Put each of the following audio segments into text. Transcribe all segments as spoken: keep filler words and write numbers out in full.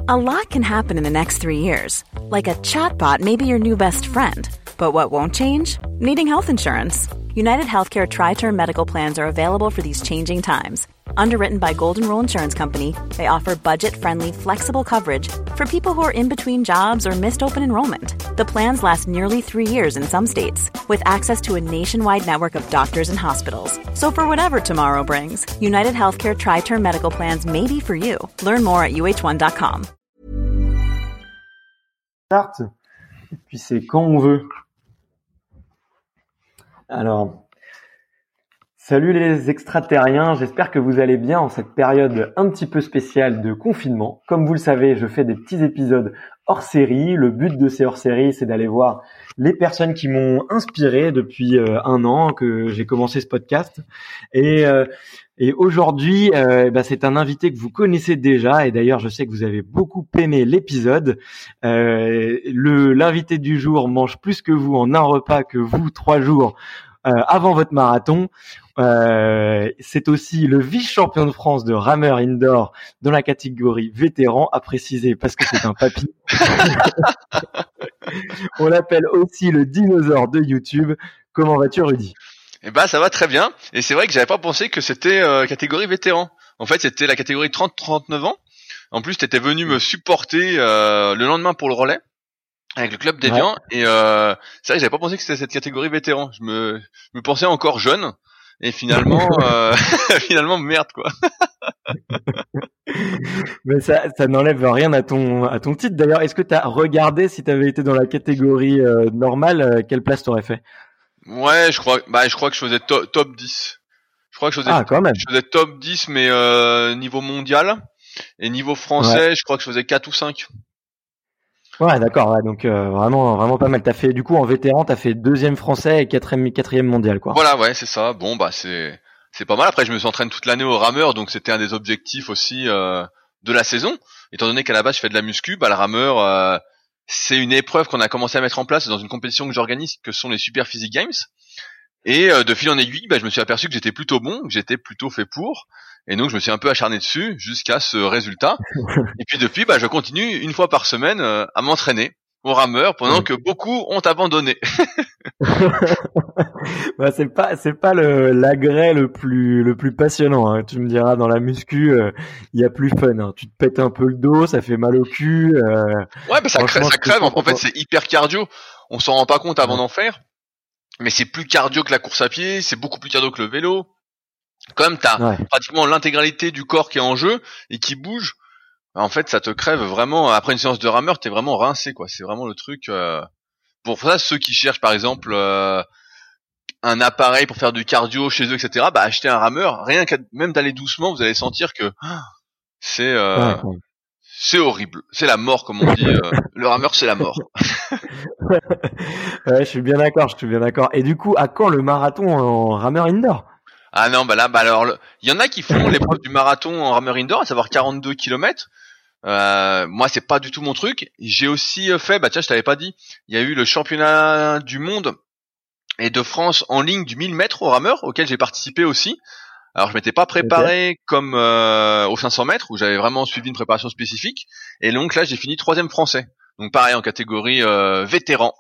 A lot can happen in the next three years. Like a chatbot may be your new best friend. But what won't change? Needing health insurance. United Healthcare Tri-Term Medical Plans are available for these changing times. Underwritten by Golden Rule Insurance Company, they offer budget-friendly, flexible coverage for people who are in between jobs or missed open enrollment. The plans last nearly three years in some states, with access to a nationwide network of doctors and hospitals. So for whatever tomorrow brings, United Healthcare Tri-Term Medical Plans may be for you. Learn more at U H one dot com. Start, et puis c'est quand on veut. Alors, salut les extraterriens, j'espère que vous allez bien en cette période un petit peu spéciale de confinement. Comme vous le savez, je fais des petits épisodes hors série. Le but de ces hors séries, c'est d'aller voir les personnes qui m'ont inspiré depuis euh, un an que j'ai commencé ce podcast. Et, euh, et aujourd'hui, euh, bah, c'est un invité que vous connaissez déjà. Et d'ailleurs, je sais que vous avez beaucoup aimé l'épisode. Euh, le l'invité du jour mange plus que vous en un repas que vous trois jours euh, avant votre marathon. Euh, c'est aussi le vice-champion de France de rameur indoor dans la catégorie vétéran, à préciser parce que c'est un papy. On l'appelle aussi le dinosaure de YouTube. Comment vas-tu, Rudy? Eh ben, ça va très bien. Et c'est vrai que j'avais pas pensé que c'était euh, catégorie vétéran. En fait, c'était la catégorie trente à trente-neuf ans. En plus, t'étais venu me supporter euh, le lendemain pour le relais avec le club d'Évian. Ouais. Et euh, c'est vrai que j'avais pas pensé que c'était cette catégorie vétéran. Je me, je me pensais encore jeune. Et finalement, euh, finalement, merde, quoi. Mais ça, ça n'enlève rien à ton, à ton titre. D'ailleurs, est-ce que tu as regardé si tu avais été dans la catégorie euh, normale, euh, quelle place t'aurais fait? Ouais, je crois, bah, je crois que je faisais to- top dix. Je crois que je faisais, ah, quand même. je faisais top dix, mais euh, niveau mondial. Et niveau français, ouais. Je crois que je faisais quatre ou cinq. Ouais, d'accord. Ouais, donc euh, vraiment, vraiment pas mal. T'as fait, du coup, en vétéran, t'as fait deuxième français et quatrième, quatrième mondial, quoi. Voilà, ouais, c'est ça. Bon, bah c'est, c'est pas mal. Après, je me suis entraîné toute l'année au rameur, donc c'était un des objectifs aussi euh, de la saison. Étant donné qu'à la base, je fais de la muscu, bah le rameur, euh, c'est une épreuve qu'on a commencé à mettre en place dans une compétition que j'organise, que sont les Super Physique Games. Et euh, de fil en aiguille, bah je me suis aperçu que j'étais plutôt bon, que j'étais plutôt fait pour. Et donc, je me suis un peu acharné dessus jusqu'à ce résultat. Et puis depuis, bah, je continue une fois par semaine euh, à m'entraîner au rameur pendant que beaucoup ont abandonné. Bah, c'est pas, c'est pas le l'agrès le plus le plus passionnant. Hein. Tu me diras, dans la muscu, il euh, y a plus fun. Hein. Tu te pètes un peu le dos, ça fait mal au cul. Euh, ouais, bah ça crève, ça crève. En, en fait, c'est hyper cardio. On s'en rend pas compte avant ouais. d'en faire, mais c'est plus cardio que la course à pied. C'est beaucoup plus cardio que le vélo. Comme t'as ouais. pratiquement l'intégralité du corps qui est en jeu et qui bouge, en fait, ça te crève vraiment. Après une séance de rameur, t'es vraiment rincé, quoi. C'est vraiment le truc. Euh... Pour ça, ceux qui cherchent, par exemple, euh, un appareil pour faire du cardio chez eux, et cetera, bah achetez un rameur. Rien qu'à même d'aller doucement, vous allez sentir que c'est euh, ouais. c'est horrible. C'est la mort, comme on dit. euh, le rameur, c'est la mort. Ouais, je suis bien d'accord. Je suis bien d'accord. Et du coup, à quand le marathon en rameur indoor? Ah non, bah là, bah alors, il y en a qui font l'épreuve du marathon en rameur indoor, à savoir quarante-deux kilomètres. Euh, moi, c'est pas du tout mon truc. J'ai aussi fait, bah tiens, je t'avais pas dit, il y a eu le championnat du monde et de France en ligne du mille mètres au rameur, auquel j'ai participé aussi. Alors, je m'étais pas préparé okay. comme euh, aux cinq cents mètres, où j'avais vraiment suivi une préparation spécifique. Et donc là, j'ai fini troisième français. Donc pareil, en catégorie euh, vétéran.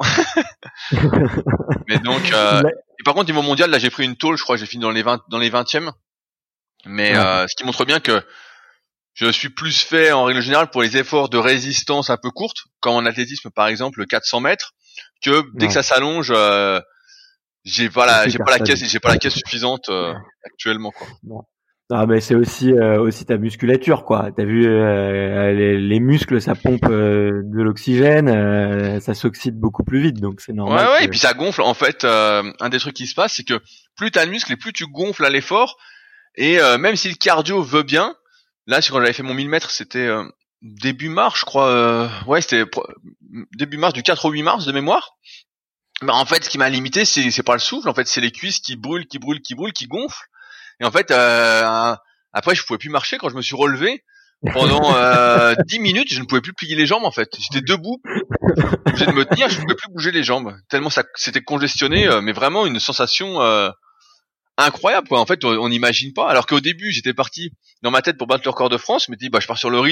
Mais donc... Euh, Et par contre, niveau mondial, là, j'ai pris une tôle, je crois que j'ai fini dans les vingt, dans les vingtièmes. Mais ouais. euh, ce qui montre bien que je suis plus fait, en règle générale, pour les efforts de résistance un peu courtes, comme en athlétisme, par exemple, le quatre cents mètres, que dès ouais. que ça s'allonge, euh, j'ai pas la, j'ai pas la caisse, j'ai pas la caisse suffisante euh, actuellement, quoi. Ouais. Ah ben c'est aussi euh, aussi ta musculature, quoi. T'as vu euh, les, les muscles, ça pompe euh, de l'oxygène, euh, ça s'oxyde beaucoup plus vite, donc c'est normal. Ouais ouais, que... et puis ça gonfle. En fait, euh, un des trucs qui se passe, c'est que plus t'as le muscle et plus tu gonfles à l'effort. Et euh, même si le cardio veut bien, là, quand j'avais fait mon mille mètres, c'était euh, début mars, je crois. Euh, ouais, c'était début mars, du quatre au huit mars de mémoire. Bah en fait, ce qui m'a limité, c'est c'est pas le souffle. En fait, c'est les cuisses qui brûlent, qui brûlent, qui brûlent, qui gonflent. Et en fait, euh, après, je pouvais plus marcher. Quand je me suis relevé, pendant euh, dix minutes, je ne pouvais plus plier les jambes, en fait. J'étais debout, obligé de me tenir, je ne pouvais plus bouger les jambes. Tellement ça, c'était congestionné, euh, mais vraiment une sensation euh, incroyable, quoi. En fait, on n'imagine pas. Alors qu'au début, j'étais parti dans ma tête pour battre le record de France. Je m'étais dit, bah, je pars sur le rythme.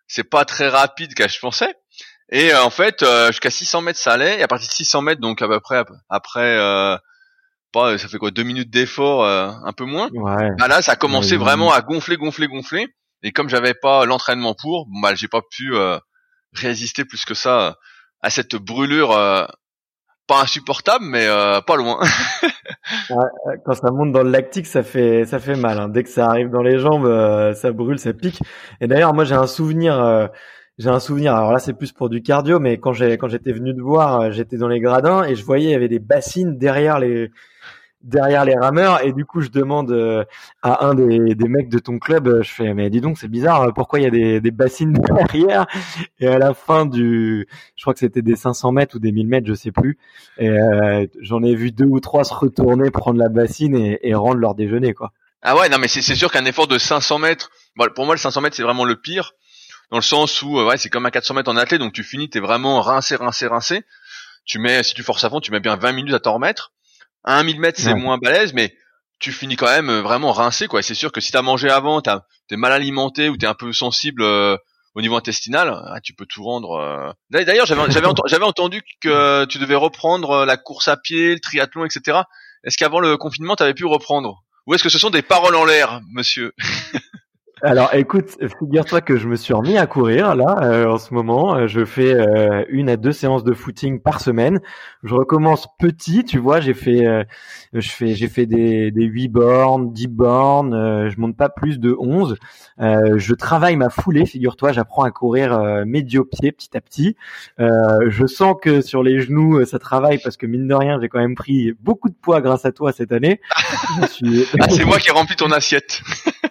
c'est pas très rapide qu'à je pensais. Et euh, en fait, euh, jusqu'à six cents mètres ça allait, et à partir de six cents mètres, donc à peu près après, euh, pas, ça fait quoi, deux minutes d'effort, euh, un peu moins. Ouais. Bah là, ça a commencé Ouais, vraiment à gonfler, gonfler, gonfler. Et comme j'avais pas l'entraînement pour, bon, bah j'ai pas pu euh, résister plus que ça euh, à cette brûlure, euh, pas insupportable, mais euh, pas loin. Ouais, quand ça monte dans le lactique, ça fait ça fait mal. Hein. Dès que ça arrive dans les jambes, euh, ça brûle, ça pique. Et d'ailleurs, moi, j'ai un souvenir. Euh, j'ai un souvenir. Alors là, c'est plus pour du cardio, mais quand j'ai quand j'étais venu te voir, euh, j'étais dans les gradins et je voyais il y avait des bassines derrière les derrière les rameurs, et du coup je demande euh, à un des, des mecs de ton club, euh, je fais mais dis donc c'est bizarre, euh, pourquoi il y a des, des bassines derrière? Et à la fin du, je crois que c'était des cinq cents mètres ou des mille mètres, je sais plus, et euh, j'en ai vu deux ou trois se retourner, prendre la bassine et, et rendre leur déjeuner, quoi. Ah ouais, non mais c'est c'est sûr qu'un effort de cinq cents mètres, bon, pour moi le cinq cents mètres c'est vraiment le pire, dans le sens où euh, ouais c'est comme un quatre cents mètres en athlète, donc tu finis, t'es vraiment rincé, rincé, rincé. Tu mets, si tu forces à fond, tu mets bien vingt minutes à t'en remettre. À un mille mètres, c'est Ouais. moins balèze, mais tu finis quand même vraiment rincé, quoi. C'est sûr que si t'as mangé avant, t'as, t'es mal alimenté ou t'es un peu sensible euh, au niveau intestinal, ah, tu peux tout rendre. Euh... D'ailleurs, j'avais, j'avais, ent- j'avais entendu que tu devais reprendre la course à pied, le triathlon, et cetera. Est-ce qu'avant le confinement, t'avais pu reprendre? Ou est-ce que ce sont des paroles en l'air, monsieur? Alors écoute, figure-toi que je me suis remis à courir là euh, en ce moment. Euh, Je fais euh, une à deux séances de footing par semaine. Je recommence petit, tu vois. J'ai fait, euh, je fais, j'ai fait des, des huit bornes, dix bornes. Euh, je monte pas plus de onze. Euh, je travaille ma foulée, figure-toi. J'apprends à courir euh, médio-pied petit à petit. Euh, je sens que sur les genoux euh, ça travaille parce que mine de rien j'ai quand même pris beaucoup de poids grâce à toi cette année. Je suis... Ah, c'est moi qui ai rempli ton assiette.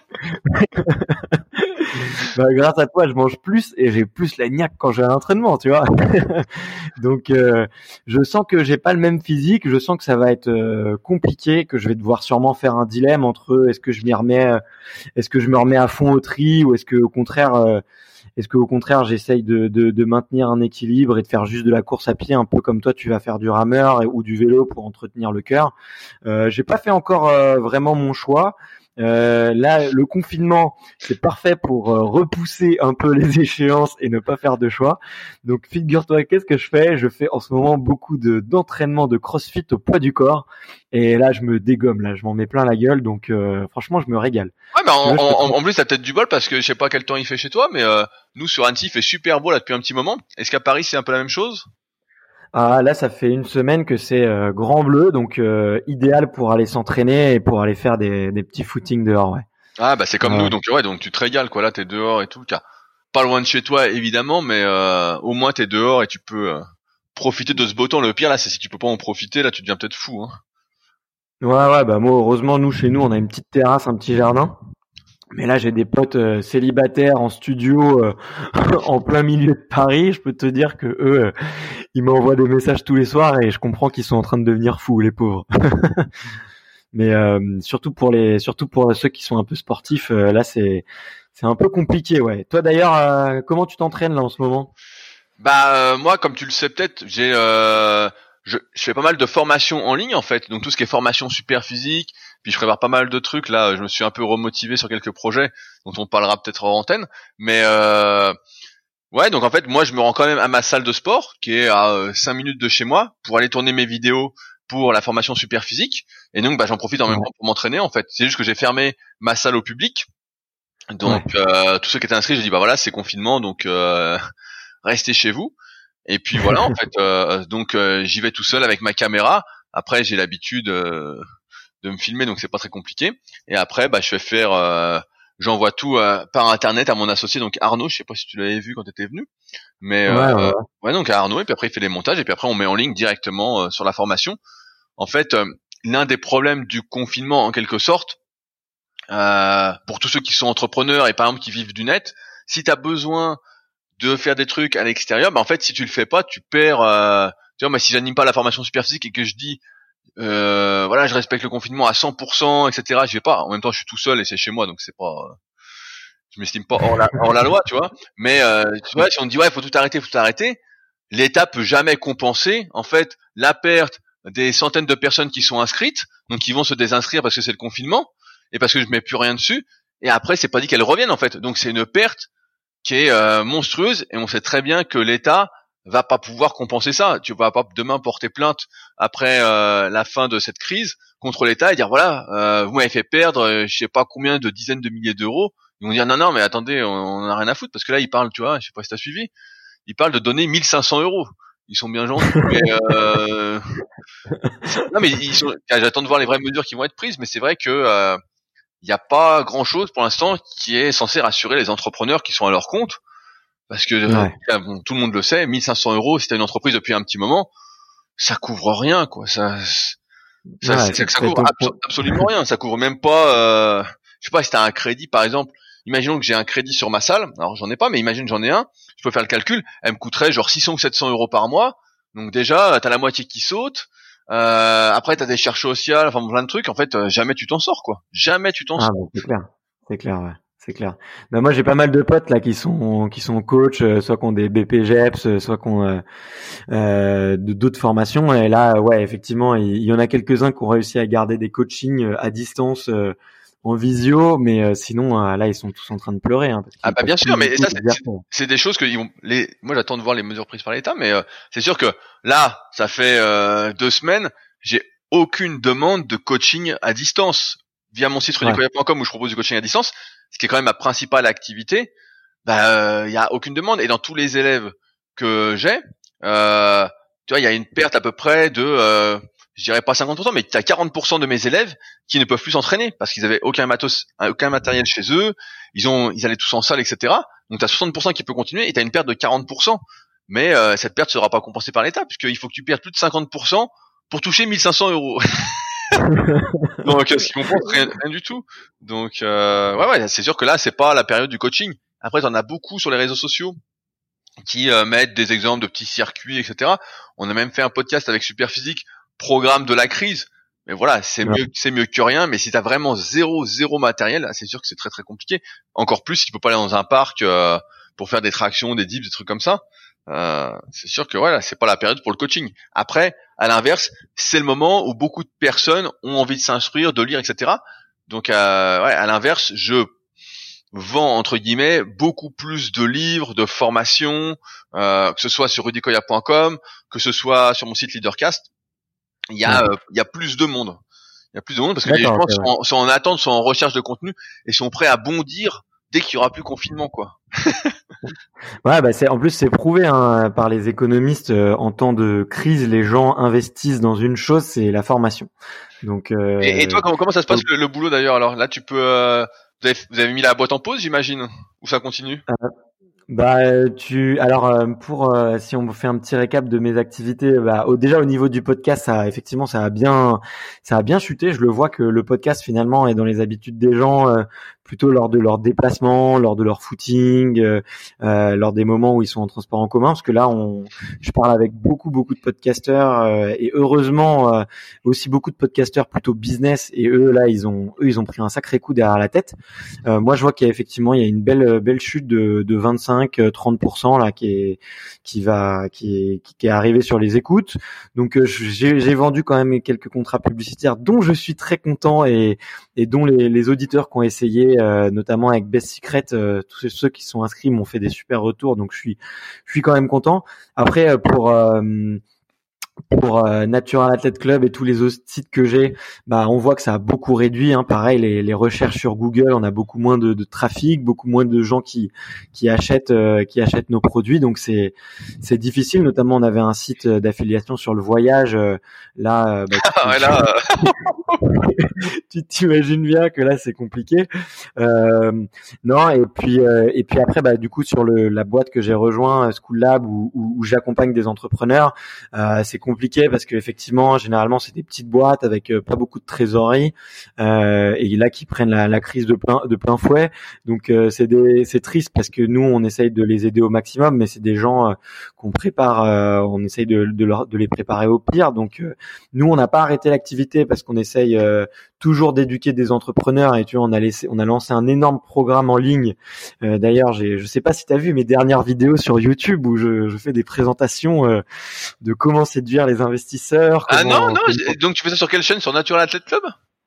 Bah, grâce à toi, je mange plus et j'ai plus la niaque quand j'ai un entraînement, tu vois. Donc, euh, je sens que j'ai pas le même physique. Je sens que ça va être euh, compliqué, que je vais devoir sûrement faire un dilemme entre est-ce que je m'y remets, euh, est-ce que je me remets à fond au tri, ou est-ce que au contraire, euh, est-ce que au contraire, j'essaye de, de, de maintenir un équilibre et de faire juste de la course à pied, un peu comme toi, tu vas faire du rameur et- ou du vélo pour entretenir le cœur. Euh, j'ai pas fait encore euh, vraiment mon choix. Euh, là, le confinement, c'est parfait pour euh, repousser un peu les échéances et ne pas faire de choix. Donc, figure-toi, qu'est-ce que je fais? Je fais en ce moment beaucoup de d'entraînement de CrossFit au poids du corps. Et là, je me dégomme, là, je m'en mets plein la gueule. Donc, euh, franchement, je me régale. Ouais, mais Si tu en, veux, je peux te- en, en plus, t'as peut-être du bol parce que je sais pas quel temps il fait chez toi, mais euh, nous sur Annecy, il fait super beau là depuis un petit moment. Est-ce qu'à Paris, c'est un peu la même chose? Ah, là, ça fait une semaine que c'est euh, grand bleu, donc euh, idéal pour aller s'entraîner et pour aller faire des, des petits footings dehors, ouais. Ah bah c'est comme Ouais. nous, donc ouais, donc tu te régales quoi. Là, t'es dehors et tout, t'as pas loin de chez toi évidemment, mais euh, au moins t'es dehors et tu peux euh, profiter de ce beau temps. Le pire là, c'est si tu peux pas en profiter, là, tu deviens peut-être fou. Hein. Ouais, ouais, bah moi, heureusement, nous, chez nous, on a une petite terrasse, un petit jardin. Mais là, j'ai des potes euh, célibataires en studio euh, en plein milieu de Paris. Je peux te dire que eux, euh, ils m'envoient des messages tous les soirs et je comprends qu'ils sont en train de devenir fous, les pauvres. Mais euh, surtout pour les, surtout pour ceux qui sont un peu sportifs, euh, là, c'est c'est un peu compliqué, ouais. Toi, d'ailleurs, euh, comment tu t'entraînes là en ce moment? Bah euh, moi, comme tu le sais peut-être, j'ai euh, je, je fais pas mal de formations en ligne en fait, donc tout ce qui est formation super physique, puis je prépare pas mal de trucs là. Je me suis un peu remotivé sur quelques projets dont on parlera peut-être en antenne, mais euh, ouais, donc en fait, moi, je me rends quand même à ma salle de sport, qui est à euh, cinq minutes de chez moi, pour aller tourner mes vidéos pour la formation super physique. Et donc, bah, j'en profite en même Ouais. temps pour m'entraîner, en fait. C'est juste que j'ai fermé ma salle au public. Donc, Ouais. euh, tous ceux qui étaient inscrits, j'ai dit, bah voilà, c'est confinement, donc euh, restez chez vous. Et puis voilà, en fait, euh, donc euh, j'y vais tout seul avec ma caméra. Après, j'ai l'habitude euh, de me filmer, donc c'est pas très compliqué. Et après, bah, je fais faire... Euh, j'envoie tout euh, par internet à mon associé, donc Arnaud. Je sais pas si tu l'avais vu quand t'étais venu, mais Ouais, euh, ouais, ouais. ouais, donc à Arnaud. Et puis après il fait les montages et puis après on met en ligne directement euh, sur la formation. En fait, euh, l'un des problèmes du confinement en quelque sorte, euh, pour tous ceux qui sont entrepreneurs et par exemple qui vivent du net, si t'as besoin de faire des trucs à l'extérieur, bah en fait si tu le fais pas, tu perds. Euh, tu vois, moi si j'anime pas la formation super physique et que je dis euh, voilà, je respecte le confinement à cent pour cent, et cetera. Je vais pas. En même temps, je suis tout seul et c'est chez moi, donc c'est pas. Je m'estime pas hors la, hors la loi, tu vois. Mais euh, tu vois, si on dit ouais, faut tout arrêter, faut tout arrêter, l'État peut jamais compenser en fait la perte des centaines de personnes qui sont inscrites, donc qui vont se désinscrire parce que c'est le confinement et parce que je mets plus rien dessus. Et après, c'est pas dit qu'elles reviennent en fait. Donc c'est une perte qui est euh, monstrueuse, et on sait très bien que l'État va pas pouvoir compenser ça. Tu vas pas demain porter plainte après euh, la fin de cette crise contre l'État et dire voilà, euh, vous m'avez fait perdre, euh, je sais pas combien de dizaines de milliers d'euros. Ils vont dire non non mais attendez, on, on a rien à foutre, parce que là ils parlent, tu vois, je sais pas si t'as suivi, ils parlent de donner mille cinq cents euros. Ils sont bien gentils, mais euh... non mais ils sont... j'attends de voir les vraies mesures qui vont être prises, mais c'est vrai que euh, il n'y a pas grand chose pour l'instant qui est censé rassurer les entrepreneurs qui sont à leur compte. Parce que Ouais. euh, bon, tout le monde le sait, mille cinq cents euros, si t'as une entreprise depuis un petit moment, ça couvre rien, quoi. Ça, ça, Ouais, ça, c'est ça très couvre tôt. abso- absolument rien. Ça couvre même pas. Euh, je sais pas si t'as un crédit, par exemple. Imaginons que j'ai un crédit sur ma salle. Alors j'en ai pas, mais imagine que j'en ai un. Je peux faire le calcul. Elle me coûterait genre six cents ou sept cents euros par mois. Donc déjà, t'as la moitié qui saute. Euh, après, t'as des charges sociales, enfin plein de trucs. En fait, euh, jamais tu t'en sors, quoi. Jamais tu t'en Ah sors. bon, c'est clair, c'est clair, ouais, c'est clair. Ben moi j'ai pas mal de potes là qui sont qui sont coachs, euh, soit qui ont des B P G E P S, euh, soit qui ont euh, euh, de- d'autres formations. Et là, ouais, effectivement, il, il y en a quelques-uns qui ont réussi à garder des coachings euh, à distance euh, en visio, mais euh, sinon euh, là ils sont tous en train de pleurer, hein, parce qu'ils Ah bah peuvent bien plus sûr, du mais tout ça c'est exercer. c'est des choses que ils vont les moi j'attends de voir les mesures prises par l'État, mais euh, c'est sûr que là ça fait euh, deux semaines, j'ai aucune demande de coaching à distance via mon site Ouais, rudicoya point com où je propose du coaching à distance, ce qui est quand même ma principale activité. Bah il y a aucune demande, et dans tous les élèves que j'ai, euh, tu vois, il y a une perte à peu près de euh, je dirais pas cinquante pour cent, mais tu as quarante pour cent de mes élèves qui ne peuvent plus s'entraîner parce qu'ils avaient aucun matos, aucun matériel chez eux, ils ont, ils allaient tous en salle, et cetera. Donc tu as soixante pour cent qui peut continuer et tu as une perte de quarante pour cent. Mais euh, cette perte sera pas compensée par l'État puisqu'il faut que tu perdes plus de cinquante pour cent pour toucher mille cinq cents euros. Donc ce qui compense rien, rien du tout. Donc euh, ouais ouais, c'est sûr que là c'est pas la période du coaching. Après t'en as beaucoup sur les réseaux sociaux qui euh, mettent des exemples de petits circuits, et cetera. On a même fait un podcast avec Superphysique, programme de la crise. Mais voilà, c'est ouais, mieux, c'est mieux que rien. Mais si t'as vraiment zéro, zéro matériel, c'est sûr que c'est très très compliqué. Encore plus si tu peux pas aller dans un parc euh, pour faire des tractions, des dips, des trucs comme ça. Euh, c'est sûr que voilà, c'est pas la période pour le coaching. Après, à l'inverse, c'est le moment où beaucoup de personnes ont envie de s'instruire, de lire, et cetera. Donc, euh, ouais, à l'inverse, je vend entre guillemets beaucoup plus de livres, de formations, euh, que ce soit sur rudicoya point com, que ce soit sur mon site Leadercast. Il y a, ouais. euh, il y a plus de monde. Il y a plus de monde parce que les D'accord, gens ok, sont, ouais. en, sont en attente, sont en recherche de contenu et sont prêts à bondir dès qu'il y aura plus confinement, quoi. Ouais, bah c'est en plus c'est prouvé hein, par les économistes. Euh, en temps de crise, les gens investissent dans une chose, c'est la formation. Donc, Et, et toi, euh, comment, comment ça se passe donc, le, le boulot d'ailleurs? Alors là, tu peux, euh, vous, avez, vous avez mis la boîte en pause, j'imagine, ou ça continue? bah euh, tu alors euh, pour euh, si on fait un petit récap de mes activités, bah au, déjà au niveau du podcast, ça effectivement ça a bien ça a bien chuté. Je le vois que le podcast finalement est dans les habitudes des gens, euh, plutôt lors de leurs déplacements, lors de leur footing, euh, euh, lors des moments où ils sont en transport en commun, parce que là on je parle avec beaucoup beaucoup de podcasteurs euh, et heureusement euh, aussi beaucoup de podcasteurs plutôt business, et eux là ils ont eux ils ont pris un sacré coup derrière la tête. Euh, moi, je vois qu'il y a effectivement il y a une belle belle chute de, de vingt-cinq à trente pour cent là qui est qui va qui est qui, qui est arrivée sur les écoutes. Donc euh, j'ai j'ai vendu quand même quelques contrats publicitaires dont je suis très content, et et dont les les auditeurs qui ont essayé, euh, notamment avec Best Secret, euh, tous ceux qui sont inscrits m'ont fait des super retours. Donc je suis je suis quand même content. Après euh, pour euh, pour euh, Natural Athlete Club et tous les autres sites que j'ai, bah on voit que ça a beaucoup réduit. Hein. Pareil, les, les recherches sur Google, on a beaucoup moins de, de trafic, beaucoup moins de gens qui qui achètent euh, qui achètent nos produits. Donc c'est c'est difficile. Notamment, on avait un site d'affiliation sur le voyage. Euh, là, euh, bah, Ah ouais, là, tu t'imagines bien que là c'est compliqué. Euh, non, et puis euh, et puis après, bah du coup sur le la boîte que j'ai rejoint, School Lab, où, où, où j'accompagne des entrepreneurs, euh, c'est compliqué parce que effectivement généralement c'est des petites boîtes avec euh, pas beaucoup de trésorerie, euh, et là qui prennent la, la crise de plein de plein fouet. Donc euh, c'est des c'est triste parce que nous on essaye de les aider au maximum, mais c'est des gens euh, qu'on prépare, euh, on essaye de de, leur, de les préparer au pire. Donc euh, nous on n'a pas arrêté l'activité parce qu'on essaye euh, toujours d'éduquer des entrepreneurs, et tu vois on a laissé on a lancé un énorme programme en ligne. Euh, d'ailleurs j'ai je sais pas si tu as vu mes dernières vidéos sur YouTube où je, je fais des présentations euh, de comment séduire les investisseurs. ah Comment, non, non, comment... j'ai- donc tu fais ça sur quelle chaîne? Sur Natural Athlete Club?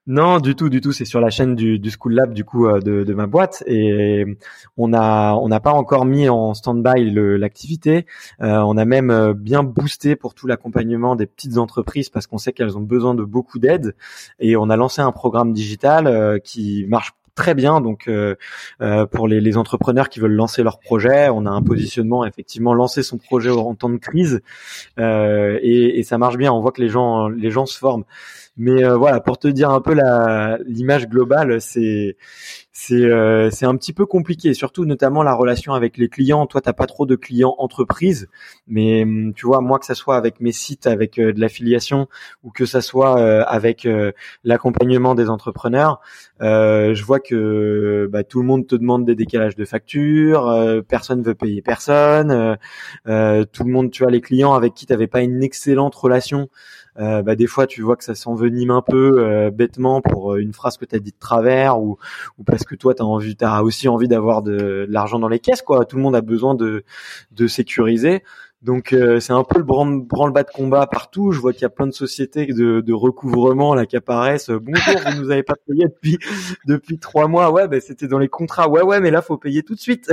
Non, du tout, du tout. C'est sur la chaîne du, du School Lab, du coup, euh, de, de ma boîte, et on a, on n'a pas encore mis en stand-by le, l'activité. Euh, on a même euh, bien boosté pour tout l'accompagnement des petites entreprises parce qu'on sait qu'elles ont besoin de beaucoup d'aide, et on a lancé un programme digital euh, qui marche très bien. Donc, euh, euh, pour les, les entrepreneurs qui veulent lancer leur projet, on a un positionnement effectivement lancer son projet en temps de crise, euh, et, et ça marche bien. On voit que les gens, les gens se forment. Mais euh, voilà, pour te dire un peu la l'image globale, c'est c'est euh, c'est un petit peu compliqué, surtout notamment la relation avec les clients. Toi, t'as pas trop de clients entreprises, mais tu vois, moi, que ça soit avec mes sites, avec euh, de l'affiliation, ou que ça soit euh, avec euh, l'accompagnement des entrepreneurs, euh, je vois que bah, tout le monde te demande des décalages de factures, euh, personne veut payer personne, euh, euh, tout le monde, tu vois, les clients avec qui t'avais pas une excellente relation. Euh, bah des fois tu vois que ça s'envenime un peu euh, bêtement pour une phrase que t'as dit de travers, ou ou parce que toi t'as envie t'as aussi envie d'avoir de, de l'argent dans les caisses, quoi. Tout le monde a besoin de de sécuriser. Donc euh, c'est un peu le branle, branle-bas de combat partout. Je vois qu'il y a plein de sociétés de, de recouvrement là qui apparaissent. Bonjour, vous nous avez pas payé depuis depuis trois mois. Ouais, ben c'était dans les contrats. Ouais, ouais, mais là faut payer tout de suite.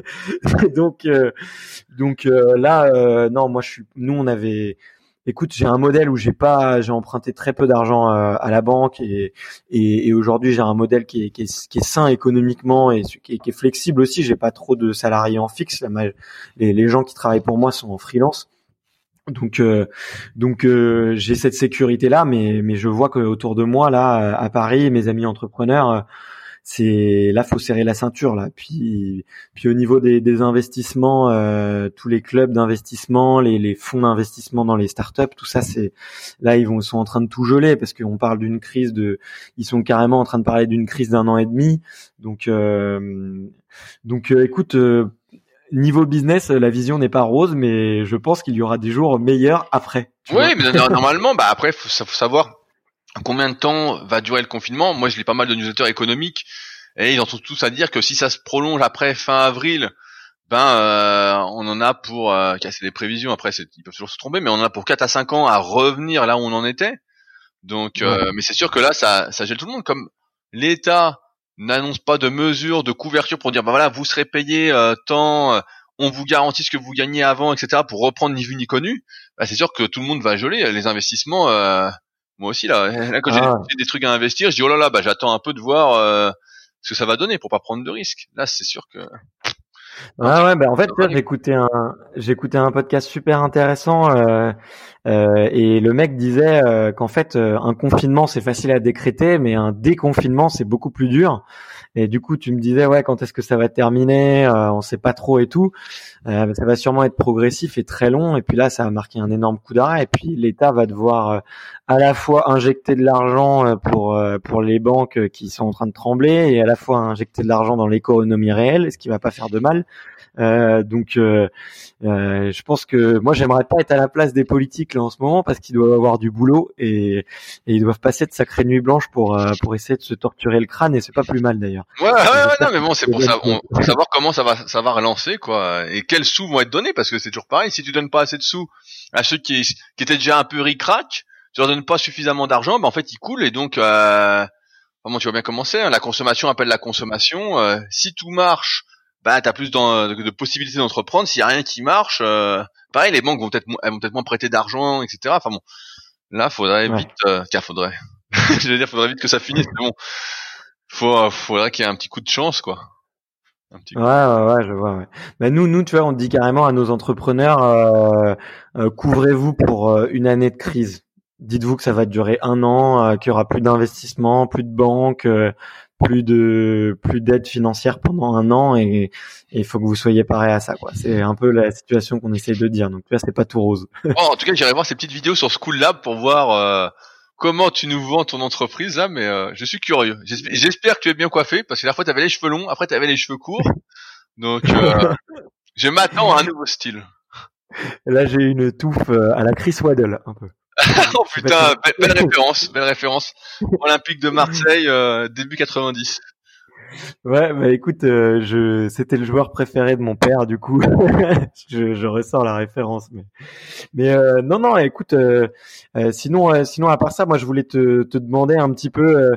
donc euh, donc euh, là euh, non, moi je suis. Nous on avait. Écoute, j'ai un modèle où j'ai pas, j'ai emprunté très peu d'argent euh, à la banque, et et, et aujourd'hui j'ai un modèle qui est, qui est qui est sain économiquement, et qui est, qui est flexible aussi. J'ai pas trop de salariés en fixe. La, les, les gens qui travaillent pour moi sont en freelance, donc euh, donc euh, j'ai cette sécurité là. Mais mais je vois que autour de moi là à Paris, mes amis entrepreneurs, c'est là faut serrer la ceinture là. Puis puis au niveau des, des investissements, euh, tous les clubs d'investissement, les, les fonds d'investissement dans les startups, tout ça, c'est là ils vont sont en train de tout geler parce qu'on parle d'une crise de, ils sont carrément en train de parler d'une crise d'un an et demi. Donc euh, donc euh, écoute. Euh, Niveau business, la vision n'est pas rose, mais je pense qu'il y aura des jours meilleurs après. Oui, mais normalement, bah après, faut, faut savoir combien de temps va durer le confinement. Moi, je lis pas mal de newsletters économiques et ils en sont tous à dire que si ça se prolonge après fin avril, ben euh, on en a pour euh, casser les prévisions. Après, c'est, ils peuvent toujours se tromper, mais on en a pour quatre à cinq ans à revenir là où on en était. Donc, euh, ouais. Mais c'est sûr que là, ça, ça gèle tout le monde. Comme l'État n'annonce pas de mesures de couverture pour dire bah voilà, vous serez payé euh, tant, euh, on vous garantit ce que vous gagnez avant, et cetera pour reprendre ni vu ni connu, bah c'est sûr que tout le monde va geler les investissements. Euh, moi aussi là, là quand ah. j'ai des trucs à investir, je dis oh là là, bah j'attends un peu de voir euh, ce que ça va donner pour pas prendre de risques. Là c'est sûr que. Ah ouais, bah en fait, tu vois, j'ai écouté un, j'ai écouté un podcast super intéressant, euh, euh, et le mec disait euh, qu'en fait, euh, un confinement c'est facile à décréter, mais un déconfinement c'est beaucoup plus dur. Et du coup, tu me disais ouais, quand est-ce que ça va terminer, euh, on sait pas trop et tout. Euh, ça va sûrement être progressif et très long. Et puis là, ça a marqué un énorme coup d'arrêt. Et puis l'État va devoir euh, à la fois injecter de l'argent pour euh, pour les banques qui sont en train de trembler, et à la fois injecter de l'argent dans l'économie réelle, ce qui va pas faire de mal. Euh, donc, euh, euh, je pense que moi, j'aimerais pas être à la place des politiques là en ce moment parce qu'ils doivent avoir du boulot, et, et ils doivent passer de sacrées nuits blanches pour euh, pour essayer de se torturer le crâne, et c'est pas plus mal d'ailleurs. Ouais, ouais, ouais, non, mais bon, c'est pour ça, on faut savoir comment ça va, ça va relancer quoi, et quels sous vont être donnés, parce que c'est toujours pareil. Si tu donnes pas assez de sous à ceux qui qui étaient déjà un peu ric-rac, tu leur donnes pas suffisamment d'argent, ben en fait ils coulent, et donc euh, comment tu vas bien commencer. Hein, la consommation appelle la consommation. Euh, si tout marche, bah t'as plus de, de possibilités d'entreprendre. S'il y a rien qui marche, euh, pareil, les banques vont peut-être elles vont peut-être moins prêter d'argent, et cetera. Enfin bon, là faudrait ouais. vite, euh, tiens faudrait, je veux dire faudrait vite que ça finisse. Mais bon, faut faudrait qu'il y ait un petit coup de chance quoi. Un petit coup. Ouais ouais ouais, je vois. Ouais. Bah nous nous tu vois, on dit carrément à nos entrepreneurs euh, euh, couvrez-vous pour euh, une année de crise. Dites-vous que ça va durer un an, euh, qu'il y aura plus d'investissement, plus de banques. Euh, plus de plus d'aide financière pendant un an, et il faut que vous soyez parés à ça quoi. C'est un peu la situation qu'on essaie de dire. Donc là c'est pas tout rose. Oh, en tout cas j'irai voir ces petites vidéos sur School Lab pour voir euh, comment tu nous vends ton entreprise là, mais euh, je suis curieux. J'espère, j'espère que tu es bien coiffé, parce que la fois t'avais les cheveux longs, après t'avais les cheveux courts. Donc euh, je m'attends à un nouveau style. Là j'ai une touffe à la Chris Waddle un peu. Oh putain, belle, belle référence, belle référence. Olympique de Marseille, euh, début quatre-vingt-dix. Ouais, bah écoute, euh, je, c'était le joueur préféré de mon père, du coup, je, je ressors la référence. Mais, mais euh, non, non, écoute, euh, euh, sinon, euh, sinon à part ça, moi je voulais te, te demander un petit peu, euh,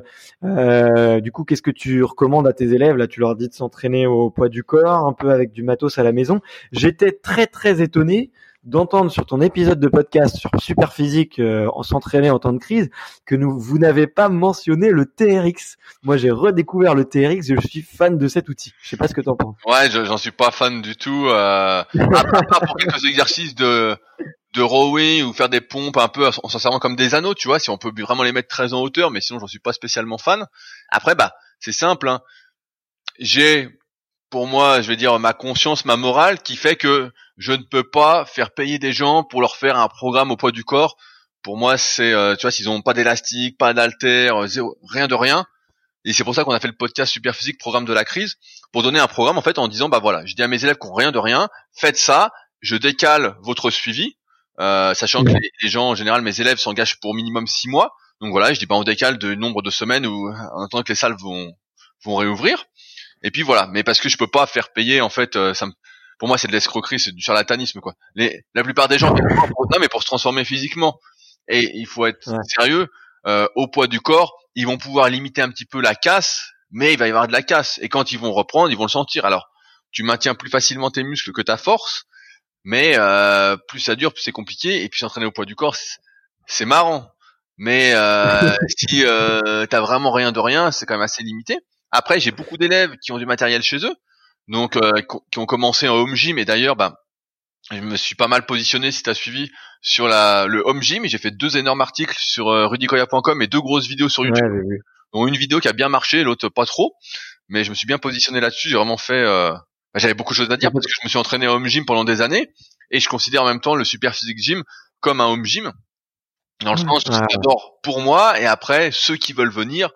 euh, du coup, qu'est-ce que tu recommandes à tes élèves? Là, tu leur dis de s'entraîner au poids du corps, un peu avec du matos à la maison. J'étais très très étonné d'entendre sur ton épisode de podcast sur Superphysique euh, en s'entraîner en temps de crise que nous vous n'avez pas mentionné le T R X. Moi, j'ai redécouvert le T R X, je suis fan de cet outil. Je sais pas ce que t'en penses. Ouais, je- j'en suis pas fan du tout. Euh... À part à part pour quelques exercices de de rowing ou faire des pompes un peu en s'en servant comme des anneaux, tu vois, si on peut vraiment les mettre très en hauteur, mais sinon j'en suis pas spécialement fan. Après, bah, c'est simple, hein. J'ai, pour moi, je vais dire ma conscience, ma morale, qui fait que je ne peux pas faire payer des gens pour leur faire un programme au poids du corps. Pour moi, c'est, euh, tu vois, s'ils ont pas d'élastique, pas d'haltère, euh, zéro- rien de rien. Et c'est pour ça qu'on a fait le podcast Superphysique, programme de la crise, pour donner un programme en fait en disant, bah voilà, je dis à mes élèves qui ont rien de rien, faites ça, je décale votre suivi, euh, sachant que les, les gens, en général, mes élèves s'engagent pour minimum six mois. Donc voilà, je dis, bah on décale de nombre de semaines où, en attendant que les salles vont vont réouvrir. Et puis voilà, mais parce que je peux pas faire payer en fait, euh, ça me, pour moi c'est de l'escroquerie, c'est du charlatanisme quoi. Les, la plupart des gens, non mais pour se transformer physiquement, et il faut être Ouais. sérieux, euh, au poids du corps, ils vont pouvoir limiter un petit peu la casse, mais il va y avoir de la casse, et quand ils vont reprendre, ils vont le sentir. Alors, tu maintiens plus facilement tes muscles que ta force, mais euh, plus ça dure, plus c'est compliqué, et puis s'entraîner au poids du corps, c'est, c'est marrant. Mais euh, si euh, t'as vraiment rien de rien, c'est quand même assez limité. Après, j'ai beaucoup d'élèves qui ont du matériel chez eux, donc euh, qui ont commencé en home gym, et d'ailleurs, bah, je me suis pas mal positionné, si t'as suivi, sur la, le home gym, et j'ai fait deux énormes articles sur euh, rudicoya point com et deux grosses vidéos sur Ouais, YouTube. j'ai vu. Donc une vidéo qui a bien marché, l'autre pas trop, mais je me suis bien positionné là-dessus, j'ai vraiment fait... Euh... bah, j'avais beaucoup de choses à dire parce que je me suis entraîné en home gym pendant des années, et je considère en même temps le Super Physique Gym comme un home gym, dans le sens où c'est Ah, d'abord pour moi, et après, ceux qui veulent venir,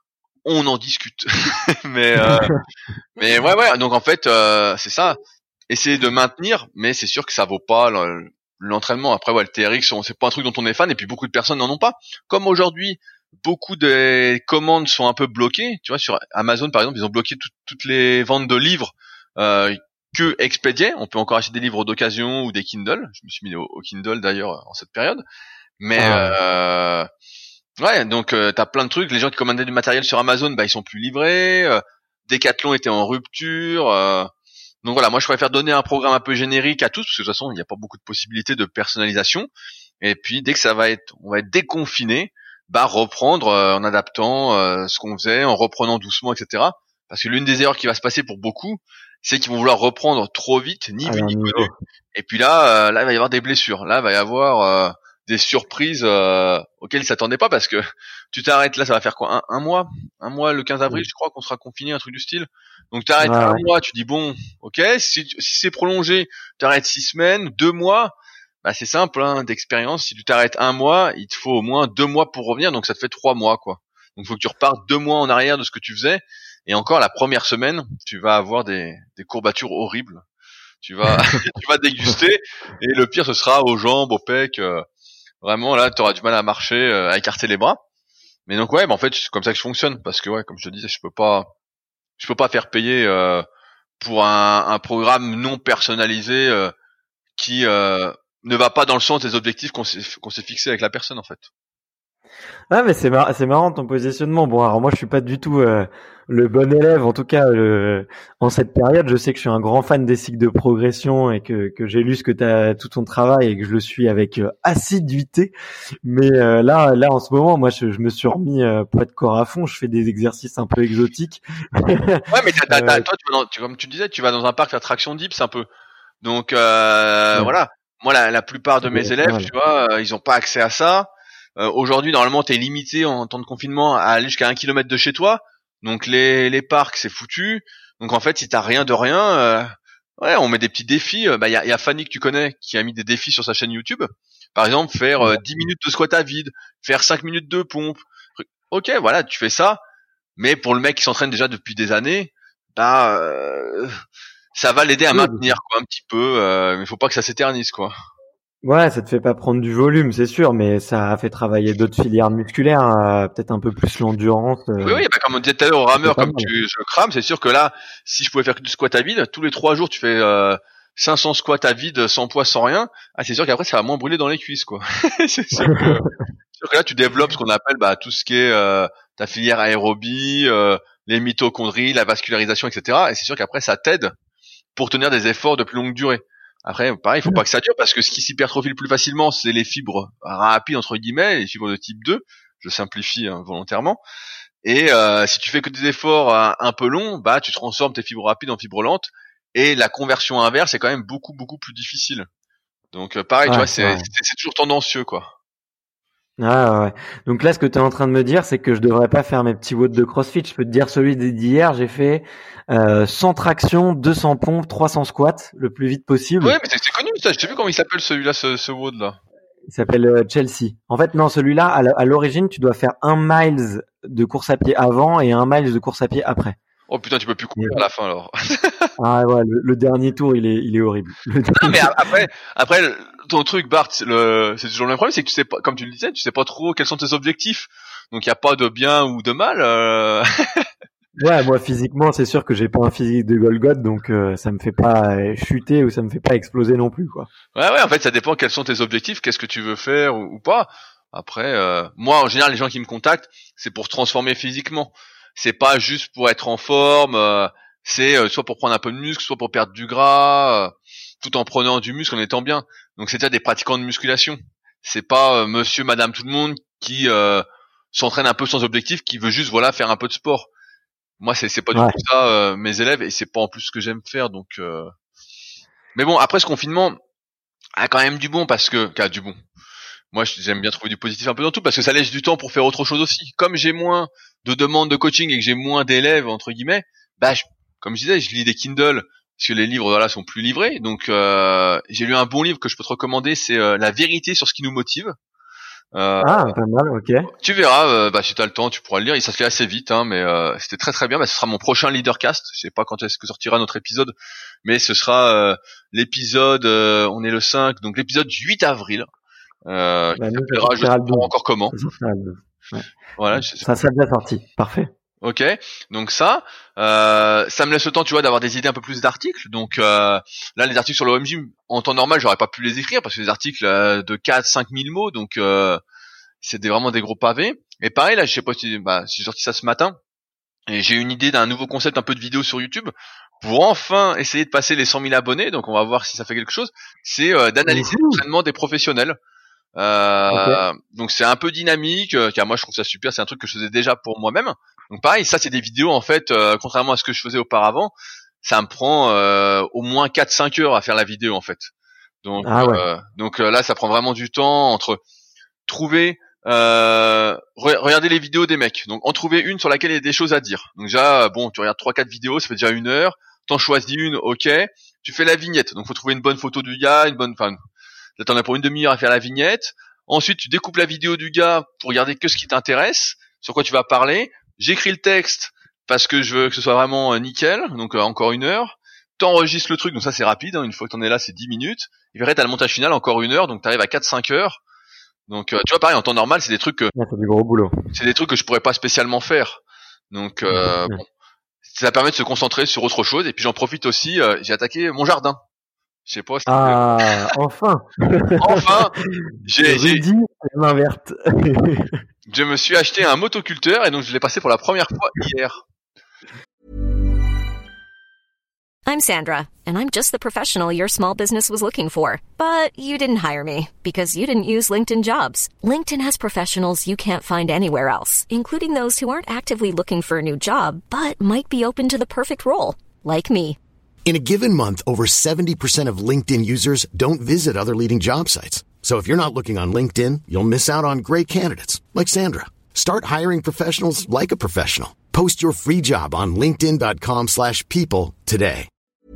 on en discute. mais euh, mais ouais, ouais, donc en fait, euh, c'est ça. Essayer de maintenir, mais c'est sûr que ça vaut pas le- l'entraînement. Après, ouais, le T R X, on- c'est pas un truc dont on est fan, et puis beaucoup de personnes n'en ont pas. Comme aujourd'hui, beaucoup des commandes sont un peu bloquées. Tu vois, sur Amazon, par exemple, ils ont bloqué tout- toutes les ventes de livres euh, que expédiaient. On peut encore acheter des livres d'occasion ou des Kindle. Je me suis mis au, au Kindle d'ailleurs en cette période. Mais ah ouais. euh, ouais, donc euh, t'as plein de trucs. Les gens qui commandaient du matériel sur Amazon, bah ils sont plus livrés. Euh, Decathlon était en rupture. Euh, donc voilà, moi je préfère donner un programme un peu générique à tous, parce que de toute façon il n'y a pas beaucoup de possibilités de personnalisation. Et puis dès que ça va être, on va être déconfiné, bah reprendre euh, en adaptant euh, ce qu'on faisait, en reprenant doucement, et cetera. Parce que l'une des erreurs qui va se passer pour beaucoup, c'est qu'ils vont vouloir reprendre trop vite, ni À vu leur ni niveau. connu. Et puis là, euh, là il va y avoir des blessures. Là il va y avoir euh, des surprises euh, auxquelles ils s'attendaient pas, parce que tu t'arrêtes là, ça va faire quoi, un, un mois, un mois le quinze avril, je crois qu'on sera confiné, un truc du style. Donc t'arrêtes Ouais, un ouais. mois, tu dis bon, ok, si, si c'est prolongé, t'arrêtes six semaines, deux mois, bah c'est simple, hein, d'expérience. Si tu t'arrêtes un mois, il te faut au moins deux mois pour revenir, donc ça te fait trois mois, quoi. Donc il faut que tu repartes deux mois en arrière de ce que tu faisais, et encore la première semaine, tu vas avoir des, des courbatures horribles. Tu vas, tu vas déguster, et le pire ce sera aux jambes, aux pecs. euh, vraiment là, t'auras du mal à marcher, euh, à écarter les bras. Mais donc ouais, bah en fait c'est comme ça que je fonctionne, parce que ouais, comme je te disais, je peux pas, je peux pas faire payer. Euh, pour un, un programme non personnalisé euh, qui euh, ne va pas dans le sens des objectifs qu'on s'est qu'on s'est fixé avec la personne en fait. Ah mais c'est mar- c'est marrant ton positionnement. Bon alors moi je suis pas du tout euh, le bon élève en tout cas euh, en cette période. Je sais que je suis un grand fan des cycles de progression et que que j'ai lu ce que t'as tout ton travail et que je le suis avec euh, assiduité. Mais euh, là là en ce moment moi je, je me suis remis euh, poids de corps à fond. Je fais des exercices un peu exotiques. Ouais, mais t'as, t'as, t'as- euh, toi, tu vas dans- tu- comme tu disais, tu vas dans un parc d'attractions dips un peu. Donc euh, ouais, voilà. Moi, la, la plupart de c'est mes pas élèves, mal. tu vois, euh, ils ont pas accès à ça. Euh, aujourd'hui, normalement, t'es limité en temps de confinement à aller jusqu'à un kilomètre de chez toi. Donc les les parcs, c'est foutu. Donc en fait, si t'as rien de rien, euh, ouais, on met des petits défis. Euh, Bah, il y a, y a Fanny que tu connais qui a mis des défis sur sa chaîne YouTube. Par exemple, faire euh, dix minutes de squat à vide, faire cinq minutes de pompe. Ok, voilà, tu fais ça. Mais pour le mec qui s'entraîne déjà depuis des années, bah euh, ça va l'aider à Oui, maintenir quoi un petit peu. Euh, mais faut pas que ça s'éternise quoi. Ouais, ça te fait pas prendre du volume, c'est sûr, mais ça a fait travailler d'autres filières musculaires, euh, peut-être un peu plus l'endurance. Euh, Oui, oui, bah, comme on disait tout à l'heure au rameur, comme mal. tu, je crame, c'est sûr que là, si je pouvais faire que du squat à vide, tous les trois jours, tu fais euh, cinq cents squats à vide, sans poids, sans rien. Ah, c'est sûr qu'après, ça va moins brûler dans les cuisses, quoi. c'est sûr que, c'est sûr que là, tu développes ce qu'on appelle bah, tout ce qui est euh, ta filière aérobie, euh, les mitochondries, la vascularisation, et cetera. Et c'est sûr qu'après, ça t'aide pour tenir des efforts de plus longue durée. Après, pareil, il faut pas que ça dure parce que ce qui s'hypertrophie le plus facilement, c'est les fibres rapides entre guillemets, les fibres de type deux. Je simplifie hein, volontairement. Et euh, si tu fais que des efforts euh, un peu longs, bah tu transformes tes fibres rapides en fibres lentes. Et la conversion inverse est quand même beaucoup beaucoup plus difficile. Donc euh, pareil, Ouais, tu vois, c'est c'est, vrai. c'est c'est toujours tendancieux quoi. Ah ouais, ouais. Donc là, ce que tu es en train de me dire, c'est que je devrais pas faire mes petits watts de CrossFit. Je peux te dire celui d'hier, j'ai fait euh, cent tractions, deux cents pompes, trois cents squats, le plus vite possible. Ouais, mais c'est, c'est connu ça. Je sais plus comment il s'appelle celui-là, ce, ce WOD là. Il s'appelle euh, Chelsea. En fait, non, celui-là, à l- à l'origine, tu dois faire un miles de course à pied avant et un miles de course à pied après. Oh putain, tu peux plus courir Et- à la fin alors. Ah ouais, le, le dernier tour, il est, il est horrible. Le Non, mais dernier- après, après ton truc, Bart, c'est le, c'est toujours le même problème, c'est que tu sais pas, comme tu le disais, tu sais pas trop quels sont tes objectifs. Donc il y a pas de bien ou de mal. Euh... Ouais, moi physiquement, c'est sûr que j'ai pas un physique de Golgoth, donc euh, ça me fait pas euh, chuter ou ça me fait pas exploser non plus, quoi. Ouais, ouais, en fait, ça dépend quels sont tes objectifs, qu'est-ce que tu veux faire ou, ou pas. Après, euh, moi, en général, les gens qui me contactent, c'est pour se transformer physiquement. C'est pas juste pour être en forme. euh, c'est euh, soit pour prendre un peu de muscle, soit pour perdre du gras, euh, tout en prenant du muscle en étant bien. Donc, c'est déjà des pratiquants de musculation. C'est pas euh, monsieur, madame, tout le monde qui euh, s'entraîne un peu sans objectif, qui veut juste voilà faire un peu de sport. Moi, c'est c'est pas du Ouais. tout ça euh, mes élèves et c'est pas en plus ce que j'aime faire. Donc, euh... mais bon, après ce confinement a quand même du bon parce que, qu'à du bon. Moi, j'aime bien trouver du positif un peu dans tout parce que ça laisse du temps pour faire autre chose aussi. Comme j'ai moins de demandes de coaching et que j'ai moins d'élèves entre guillemets, bah, je, comme je disais, je lis des Kindle parce que les livres voilà sont plus livrés. Donc, euh, j'ai lu un bon livre que je peux te recommander, c'est euh, La vérité sur ce qui nous motive. Euh, Ah, pas mal, ok. Tu verras, euh, bah, si t'as le temps, tu pourras le lire. Et ça se fait assez vite, hein, mais euh, c'était très très bien. Bah, ce sera mon prochain Leadercast. Je sais pas quand est-ce que sortira notre épisode, mais ce sera euh, l'épisode. euh, on est le cinq, donc l'épisode du huit avril. Euh, Bah, qui nous, ça s'appellera, je sais sortira le pas douze. encore comment. Ça sortira le douze. Ouais. Voilà. je sais Ça sera déjà sorti. Parfait. Ok, donc ça, euh, ça me laisse le temps, tu vois, d'avoir des idées un peu plus d'articles. Donc euh, là, les articles sur l'O M J, en temps normal, j'aurais pas pu les écrire parce que les articles euh, de quatre, cinq mille mots, donc euh, c'est des, vraiment des gros pavés. Et pareil, là, je sais pas si, bah, j'ai sorti ça ce matin et j'ai une idée d'un nouveau concept, un peu de vidéo sur YouTube pour enfin essayer de passer les cent mille abonnés. Donc on va voir si ça fait quelque chose. C'est euh, d'analyser Wouhou. l'entraînement des professionnels. Euh, donc c'est un peu dynamique, euh, car moi je trouve ça super, c'est un truc que je faisais déjà pour moi-même. Donc pareil, ça c'est des vidéos en fait, euh, contrairement à ce que je faisais auparavant, ça me prend euh, au moins quatre cinq heures à faire la vidéo en fait. Donc Ah ouais. euh, donc euh, là ça prend vraiment du temps entre trouver euh, re- regarder les vidéos des mecs. Donc en trouver une sur laquelle il y a des choses à dire. Donc déjà bon, tu regardes trois quatre vidéos, ça fait déjà une heure, t'en choisis une, OK, tu fais la vignette. Donc faut trouver une bonne photo du gars, une bonne enfin là, t'en as pour une demi-heure à faire la vignette. Ensuite, tu découpes la vidéo du gars pour regarder que ce qui t'intéresse, sur quoi tu vas parler. J'écris le texte parce que je veux que ce soit vraiment euh, nickel, donc euh, encore une heure. T'enregistres le truc, donc ça c'est rapide, hein, une fois que t'en es là, c'est dix minutes. Et puis après, t'as le montage final, encore une heure, donc t'arrives à quatre cinq heures. Donc euh, tu vois, pareil, en temps normal, c'est des trucs que Ouais, c'est du gros boulot. c'est des trucs que je pourrais pas spécialement faire. Donc euh, Ouais. bon, ça permet de se concentrer sur autre chose. Et puis j'en profite aussi, euh, j'ai attaqué mon jardin. Je sais pas si Ah, enfin. enfin, j'ai, j'ai, Rudy, la main verte. je me suis acheté un motoculteur et donc je l'ai passé pour la première fois hier. I'm Sandra, and I'm just the professional your small business was looking for. But you didn't hire me because you didn't use LinkedIn Jobs. LinkedIn has professionals you can't find anywhere else, including those who aren't actively looking for a new job, but might be open to the perfect role, like me. In a given month, over seventy percent of LinkedIn users don't visit other leading job sites. So if you're not looking on LinkedIn, you'll miss out on great candidates like Sandra. Start hiring professionals like a professional. Post your free job on linkedin.com slash people today.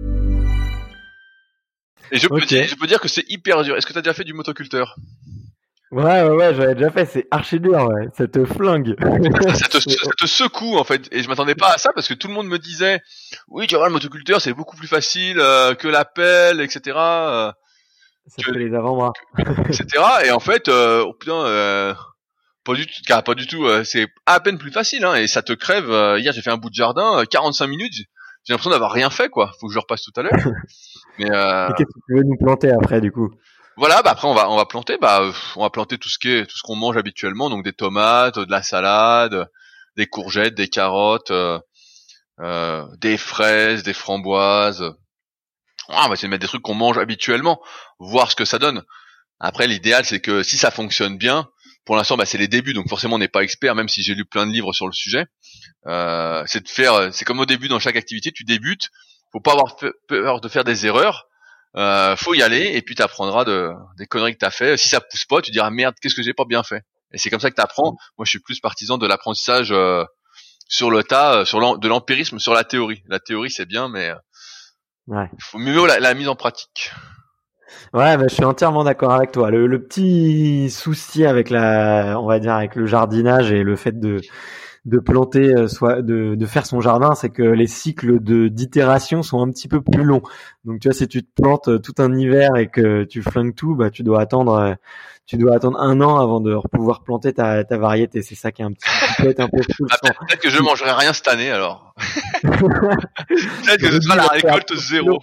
Et je peux, Ok. dire, je peux dire que c'est hyper dur. Est-ce que t'as déjà fait du motoculteur? Ouais, ouais, ouais, j'avais déjà fait. C'est archi dur, ouais. Ça te flingue. ça, te, ça te secoue en fait. Et je m'attendais pas à ça parce que tout le monde me disait oui, tu vois, le motoculteur c'est beaucoup plus facile euh, que la pelle, et cetera. Ça que, fait les avant-bras. et cetera. Et en fait, euh, oh putain, euh, pas du tout, car pas du tout. Euh, c'est à peine plus facile, hein, et ça te crève. Euh, hier, j'ai fait un bout de jardin, euh, quarante-cinq minutes. J'ai l'impression d'avoir rien fait, quoi. Faut que je repasse tout à l'heure. Mais euh, Et qu'est-ce que tu veux nous planter après, du coup? voilà, bah après on va on va planter, bah euh, on va planter tout ce qui est tout ce qu'on mange habituellement, donc des tomates, de la salade, des courgettes, des carottes, euh, euh, des fraises, des framboises. Ah, on va essayer de mettre des trucs qu'on mange habituellement, voir ce que ça donne. Après, l'idéal, c'est que si ça fonctionne bien, pour l'instant, bah, c'est les débuts, donc forcément, on n'est pas expert, même si j'ai lu plein de livres sur le sujet. Euh, c'est de faire, c'est comme au début dans chaque activité, tu débutes, faut pas avoir peur de faire des erreurs, euh, faut y aller, et puis t'apprendras de des conneries que t'as fait. Si ça pousse pas, tu diras merde, qu'est-ce que j'ai pas bien fait. Et c'est comme ça que t'apprends. Moi, je suis plus partisan de l'apprentissage euh, sur le tas, euh, sur l'em- de l'empirisme, sur la théorie. La théorie, c'est bien, mais Ouais. il faut mieux la, la mise en pratique. Ouais, bah, je suis entièrement d'accord avec toi. Le, le petit souci avec la, on va dire, avec le jardinage et le fait de, de planter, euh, soit de, de faire son jardin, c'est que les cycles de d'itération sont un petit peu plus longs. Donc, tu vois, si tu te plantes euh, tout un hiver et que tu flingues tout, bah, tu dois attendre, euh, tu dois attendre un an avant de pouvoir planter ta, ta variété. C'est ça qui est un petit, qui peut être un peu Ah, frustrant. peut-être, peut-être que je mangerai rien cette année alors. Peut-être que ce sera la récolte zéro.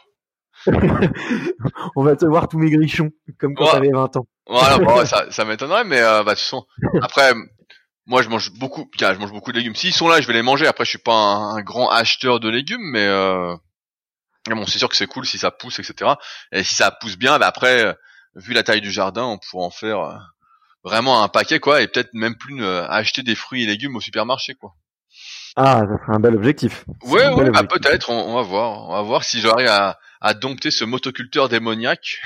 On va te voir tous mes grichons, comme quand Ouais. t'avais vingt ans. Voilà, bon, ouais, ça, ça m'étonnerait, mais euh, bah de toute façon. Après, moi je mange beaucoup, tiens, je mange beaucoup de légumes. S'ils sont là, je vais les manger. Après, je suis pas un, un grand acheteur de légumes, mais euh, mais bon, c'est sûr que c'est cool si ça pousse, et cetera. Et si ça pousse bien, bah après, euh, vu la taille du jardin, on pourra en faire euh, vraiment un paquet, quoi, et peut-être même plus euh, acheter des fruits et légumes au supermarché, quoi. Ah, ça serait un bel objectif. C'est Ouais, un ouais, bel bah objectif. peut-être, on, on va voir, on va voir si j'arrive à, à dompter ce motoculteur démoniaque.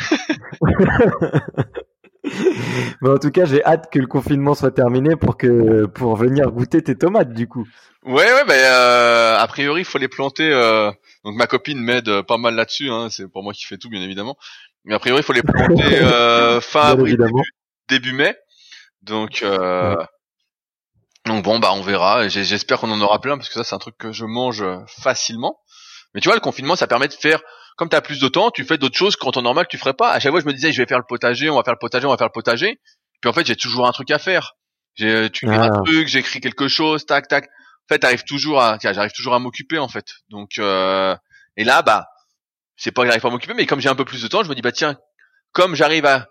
Mais en tout cas, j'ai hâte que le confinement soit terminé pour que pour venir goûter tes tomates du coup. Ouais, ouais, bah, euh, a priori, il faut les planter. Euh, donc ma copine m'aide euh, pas mal là-dessus. Hein, c'est pour moi qui fais tout, bien évidemment. Mais a priori, il faut les planter euh, fin Bien avril, évidemment. début, début mai. Donc, euh, Ouais. donc bon, bah on verra. Et j'ai- J'espère qu'on en aura plein parce que ça, c'est un truc que je mange euh, facilement. Mais tu vois, le confinement, ça permet de faire. Comme t'as plus de temps, tu fais d'autres choses qu'en temps normal tu ferais pas. À chaque fois, je me disais, je vais faire le potager, on va faire le potager, on va faire le potager. Puis en fait, j'ai toujours un truc à faire. J'ai, tu lis un Ah, truc, j'écris quelque chose, tac, tac. En fait, t'arrives toujours à, tiens, j'arrive toujours à m'occuper en fait. Donc, euh, et là, bah, c'est pas que j'arrive pas à m'occuper, mais comme j'ai un peu plus de temps, je me dis, bah tiens, comme j'arrive à,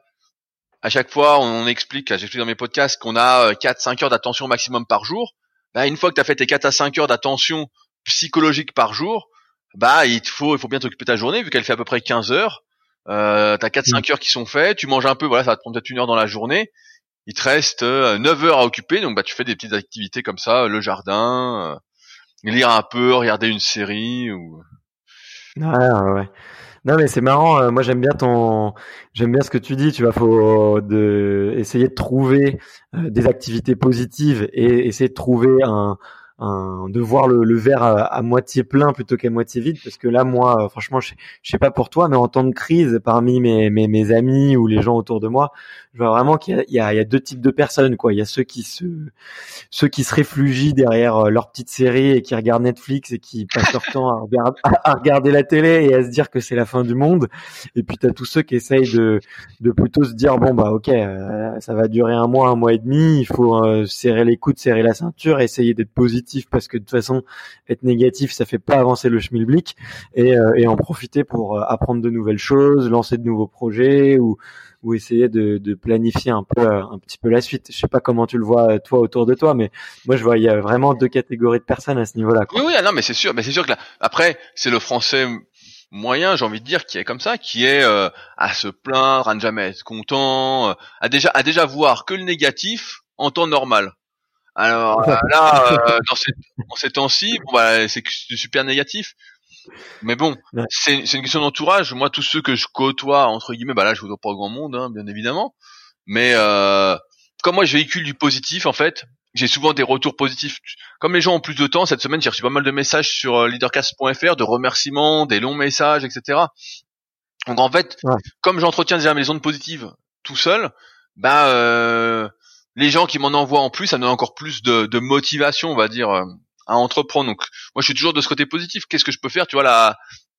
à chaque fois, on, on explique, j'explique dans mes podcasts qu'on a quatre cinq heures d'attention maximum par jour. Bah, une fois que t'as fait tes quatre à cinq heures d'attention psychologique par jour, bah, il te faut, il faut bien t'occuper de ta journée, vu qu'elle fait à peu près quinze heures. Euh, t'as quatre cinq heures qui sont faites, tu manges un peu, voilà, ça va te prendre peut-être une heure dans la journée. Il te reste euh, neuf heures à occuper, donc bah tu fais des petites activités comme ça, le jardin, euh, lire un peu, regarder une série ou ouais, ouais, ouais. Non mais c'est marrant. euh, Moi j'aime bien ton, j'aime bien ce que tu dis. Tu vois, faut de essayer de trouver euh, des activités positives et essayer de trouver un, un de voir le, le verre à, à moitié plein plutôt qu'à moitié vide. Parce que là, moi, euh, franchement, je, je sais pas pour toi, mais en temps de crise, parmi mes mes, mes amis ou les gens autour de moi, je vois vraiment qu'il y a, il y a, il y a deux types de personnes, quoi. Il y a ceux qui se ceux qui se réfugient derrière euh, leur petite série et qui regardent Netflix et qui passent leur temps à, regard- à regarder la télé et à se dire que c'est la fin du monde. Et puis t'as tous ceux qui essayent de, de plutôt se dire bon bah ok, euh, ça va durer un mois, un mois et demi. Il faut euh, serrer les coudes, serrer la ceinture, essayer d'être positif parce que de toute façon être négatif ça fait pas avancer le schmilblick et, euh, et en profiter pour euh, apprendre de nouvelles choses, lancer de nouveaux projets ou ou essayer de, de planifier un peu un petit peu la suite. Je sais pas comment tu le vois toi autour de toi, mais moi je vois il y a vraiment deux catégories de personnes à ce niveau-là, oui, quoi. oui, ah non, mais c'est sûr, mais c'est sûr que là, après, c'est le français moyen, j'ai envie de dire, qui est comme ça, qui est euh, à se plaindre, à ne jamais être content, euh, à déjà, à déjà voir que le négatif en temps normal. Alors euh, là, euh, dans ces, dans ces temps-ci, bon bah, c'est que c'est super négatif. Mais bon, Ouais. c'est, c'est une question d'entourage. Moi, tous ceux que je côtoie, entre guillemets, bah là, je côtoie pas grand monde, hein, bien évidemment. Mais euh, comme moi, je véhicule du positif, en fait, j'ai souvent des retours positifs. Comme les gens ont plus de temps, cette semaine, j'ai reçu pas mal de messages sur euh, leadercast point f r, de remerciements, des longs messages, et cetera. Donc en fait, Ouais. comme j'entretiens déjà mes ondes positives tout seul, bah euh, les gens qui m'en envoient en plus, ça me donne encore plus de, de motivation, on va dire, euh, à entreprendre. Donc moi, je suis toujours de ce côté positif. Qu'est-ce que je peux faire, tu vois, là,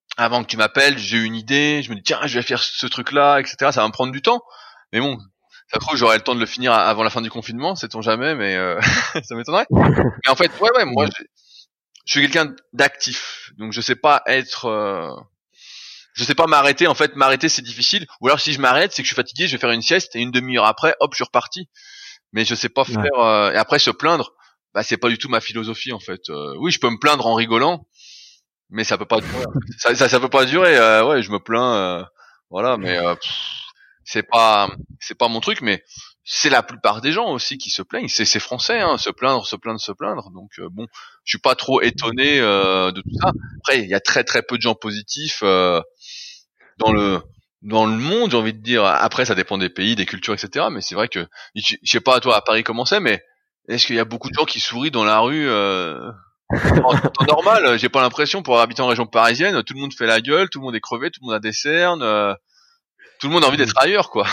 avant que tu m'appelles, j'ai une idée, je me dis tiens, je vais faire ce truc-là, et cetera. Ça va me prendre du temps, mais bon, ça se trouve j'aurai le temps de le finir avant la fin du confinement, sait-on jamais, mais euh, ça m'étonnerait. Mais en fait, ouais, ouais, moi, je, je suis quelqu'un d'actif, donc je sais pas être, euh, je sais pas m'arrêter. En fait, m'arrêter c'est difficile. Ou alors si je m'arrête, c'est que je suis fatigué, je vais faire une sieste et une demi-heure après, hop, je suis reparti. Mais je sais pas faire. Ouais. Euh, et après se plaindre, bah c'est pas du tout ma philosophie en fait. Euh, oui, je peux me plaindre en rigolant. Mais ça peut pas durer. ça, ça, ça peut pas durer. Euh, ouais, je me plains. Euh, voilà, mais euh, pff, c'est pas, c'est pas mon truc. Mais c'est la plupart des gens aussi qui se plaignent. C'est, c'est français, hein, se plaindre, se plaindre, se plaindre. Donc euh, bon, je suis pas trop étonné euh, de tout ça. Après, il y a très très peu de gens positifs euh, dans le dans le monde, j'ai envie de dire. Après, ça dépend des pays, des cultures, et cetera. Mais c'est vrai que je sais pas toi à Paris comment c'est, mais est-ce qu'il y a beaucoup de gens qui sourient dans la rue? Euh... En temps normal, j'ai pas l'impression, pour habiter en région parisienne, tout le monde fait la gueule, tout le monde est crevé, tout le monde a des cernes, euh, tout le monde a envie d'être ailleurs, quoi.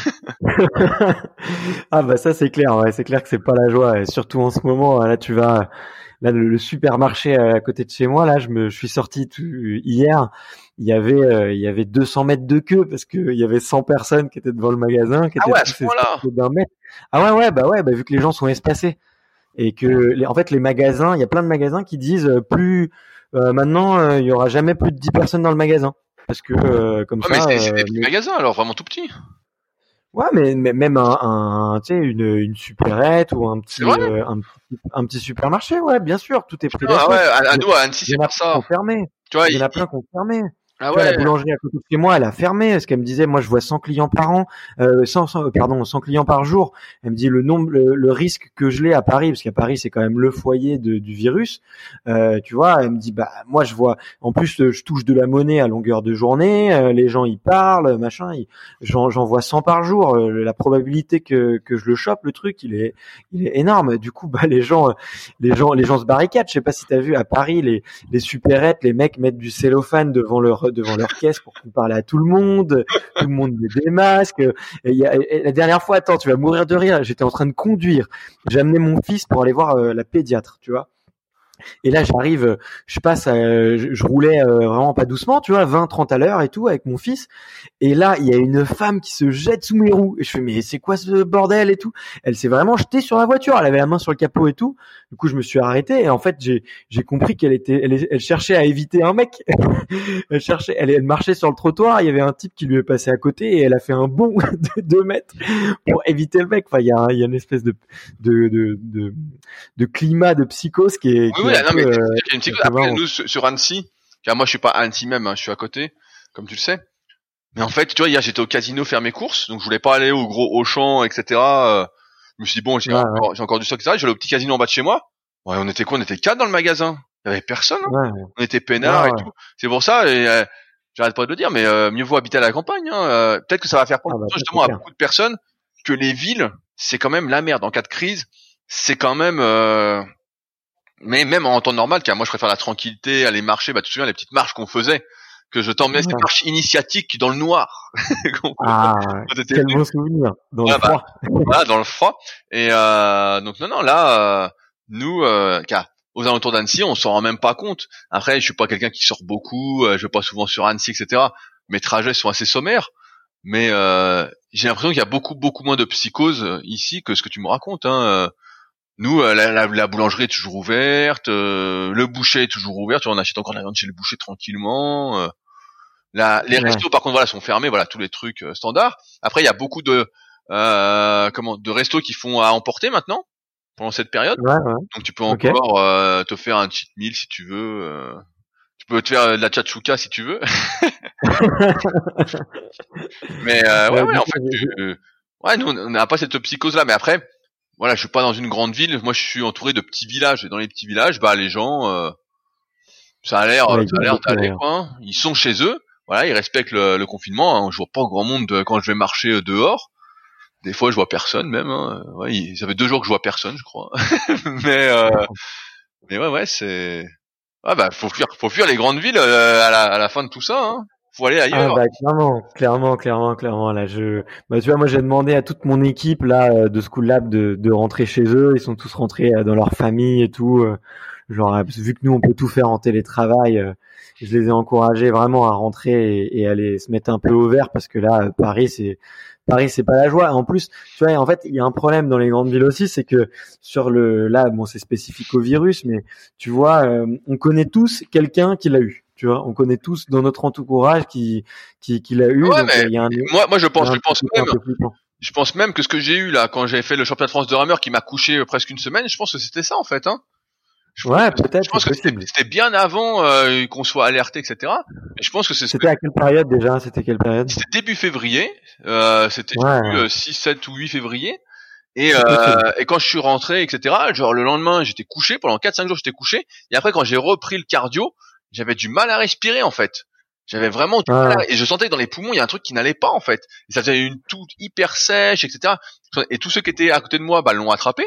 Ah bah ça c'est clair, ouais, c'est clair que c'est pas la joie, et surtout en ce moment. Là tu vas, là le, le supermarché à côté de chez moi, là je me, je suis sorti tout, hier, il y avait, euh, il y avait deux cents mètres de queue parce que il y avait cent personnes qui étaient devant le magasin, qui étaient Ah ouais, à tous ce point-là. espacés d'un mètre. Ah ouais ouais bah ouais bah vu que les gens sont espacés. Et que les, en fait les magasins, il y a plein de magasins qui disent euh, plus euh, maintenant euh, il y aura jamais plus de dix personnes dans le magasin parce que euh, comme Ouais, ça. mais c'est, c'est des euh, petits mais... magasins, alors vraiment tout petits. Ouais, mais, mais même un, un tu sais une une supérette ou un petit C'est vrai euh, un petit un petit supermarché, ouais, bien sûr, tout est pris Ah d'assaut. ouais, à, à nous à Annecy Il y c'est en a pas plein qui ça. ont fermé. Tu vois, Il y en a il- plein qui ont fermé. ah Tu vois, la ouais. boulangerie à côté de chez moi, elle a fermé. Parce qu'elle me disait, moi, je vois cent clients par an, euh, cent, cent, pardon, cent clients par jour. Elle me dit le nombre, le, le risque que je l'ai à Paris, parce qu'à Paris, c'est quand même le foyer de, du virus. Euh, tu vois, elle me dit, bah, moi, je vois, en plus, je touche de la monnaie à longueur de journée. Euh, les gens, ils parlent, machin. Ils, j'en, j'en vois cent par jour. Euh, la probabilité que, que je le chope, le truc, il est, il est énorme. Du coup, bah, les gens, les gens, les gens se barricadent. Je sais pas si t'as vu à Paris, les, les supérettes, les mecs mettent du cellophane devant leur, devant leur caisse pour qu'on parle à tout le monde, tout le monde met des masques. Et y a, et la dernière fois, attends, tu vas mourir de rire, j'étais en train de conduire, j'ai amené mon fils pour aller voir euh, la pédiatre, tu vois. Et là, j'arrive, je passe, euh, je, je roulais euh, vraiment pas doucement, tu vois, vingt, trente à l'heure et tout avec mon fils. Et là, il y a une femme qui se jette sous mes roues. Et je fais, mais c'est quoi ce bordel et tout? Elle s'est vraiment jetée sur la voiture. Elle avait la main sur le capot et tout. Du coup, je me suis arrêté et en fait, j'ai, j'ai compris qu'elle était, elle, elle cherchait à éviter un mec. elle cherchait, elle, elle marchait sur le trottoir. Il y avait un type qui lui est passé à côté et elle a fait un bond de deux mètres pour éviter le mec. Enfin, il y a, il y a une espèce de, de, de, de, de climat de psychose qui est, Oui, qui oui, est un non, peu, mais euh, il y a une petite... un peu Après, marrant. nous, sur sur Annecy, car moi, je suis pas à Annecy même, hein, je suis à côté, comme tu le sais. Mais en fait, tu vois, hier, j'étais au casino faire mes courses, donc je voulais pas aller au gros Auchan, et cetera. Euh, je me suis dit, bon, j'ai, Ouais, encore, j'ai encore du stock, et cetera. J'allais au petit casino en bas de chez moi. Ouais, on était quoi? On était quatre dans le magasin. Il y avait personne, hein. Ouais, On était peinards ouais, et ouais. tout. C'est pour ça, et euh, j'arrête pas de le dire, mais euh, mieux vaut habiter à la campagne. Hein. Euh, peut-être que ça va faire Ah prendre bah, ça, justement c'est à clair. beaucoup de personnes que les villes, c'est quand même la merde. En cas de crise, c'est quand même... Euh... Mais même en temps normal, car moi je préfère la tranquillité, aller marcher, bah tu te souviens les petites marches qu'on faisait, que je t'emmenais, ces Ouais. marches initiatiques dans le noir. Qu'on faisait Ah, quand t'étais quel petit. bon souvenir dans Ouais, le bah, froid. voilà, dans le froid. Et euh, donc non, non, là, euh, nous, euh, car aux alentours d'Annecy, on s'en rend même pas compte. Après, je suis pas quelqu'un qui sort beaucoup, euh, je vais pas souvent sur Annecy, et cetera. Mes trajets sont assez sommaires, mais euh, j'ai l'impression qu'il y a beaucoup, beaucoup moins de psychose euh, ici que ce que tu me racontes. Hein. Euh, Nous, euh, la, la, la boulangerie est toujours ouverte, euh, le boucher est toujours ouvert. Tu vois, on achète encore la viande chez le boucher tranquillement. Euh, la, les Ouais. restos, par contre, voilà, sont fermés. Voilà, tous les trucs euh, standards. Après, il y a beaucoup de euh, comment de restos qui font à emporter maintenant pendant cette période. Ouais, ouais. Donc, tu peux Ok. encore euh, te faire un cheat meal si tu veux. Euh, tu peux te faire euh, de la tchatchouka si tu veux. Mais euh, ouais, Euh, ouais, du en coup, fait, j'ai- tu- euh, ouais, nous, on n'a pas cette psychose-là. Mais après, voilà, je suis pas dans une grande ville. Moi, je suis entouré de petits villages. Et dans les petits villages, bah, les gens, euh, ça a l'air, ouais, ça a l'air beaucoup, d'aller, ouais. quoi. Hein. Ils sont chez eux. Voilà, ils respectent le, le confinement. Hein. Je vois pas grand monde euh, quand je vais marcher euh, dehors. Des fois, je vois personne même. Hein. Ouais, il- ça fait deux jours que je vois personne, je crois. mais, euh, mais ouais, ouais, c'est. Ah bah, faut fuir, faut fuir les grandes villes euh, à, la, à la fin de tout ça. Hein. Faut aller Ah ailleurs. bah clairement, clairement, clairement, clairement. Là, je, bah tu vois, moi j'ai demandé à toute mon équipe là euh, de School Lab de, de rentrer chez eux. Ils sont tous rentrés euh, dans leur famille et tout. euh. genre vu que nous on peut tout faire en télétravail, euh, je les ai encouragés vraiment à rentrer et, et aller se mettre un peu au vert parce que là Paris c'est Paris c'est pas la joie. En plus, tu vois, en fait, il y a un problème dans les grandes villes aussi, c'est que sur le là bon c'est spécifique au virus, mais tu vois, euh, on connaît tous quelqu'un qui l'a eu. Tu vois, on connaît tous dans notre entourage qui qui qui l'a eu. Ouais, donc, mais il y a un, moi moi je pense je pense même même je pense même que ce que j'ai eu là quand j'avais fait le championnat de France de rameur qui m'a couché presque une semaine, je pense que c'était ça en fait hein. Je ouais, pense, peut-être. Je pense que c'était, c'était bien avant euh, qu'on soit alerté, et cetera. Et je pense que c'est. C'était à quelle période déjà? C'était quelle période? C'était début février. Euh, c'était ouais, début, ouais. euh, six, sept ou huit février. Et, euh, et quand je suis rentré, et cetera. Genre le lendemain, j'étais couché pendant quatre cinq jours, j'étais couché. Et après, quand j'ai repris le cardio, j'avais du mal à respirer en fait. J'avais vraiment du ouais. mal à... et je sentais que dans les poumons il y a un truc qui n'allait pas en fait. Et ça faisait une toux hyper sèche, et cetera. Et tous ceux qui étaient à côté de moi, bah l'ont attrapé.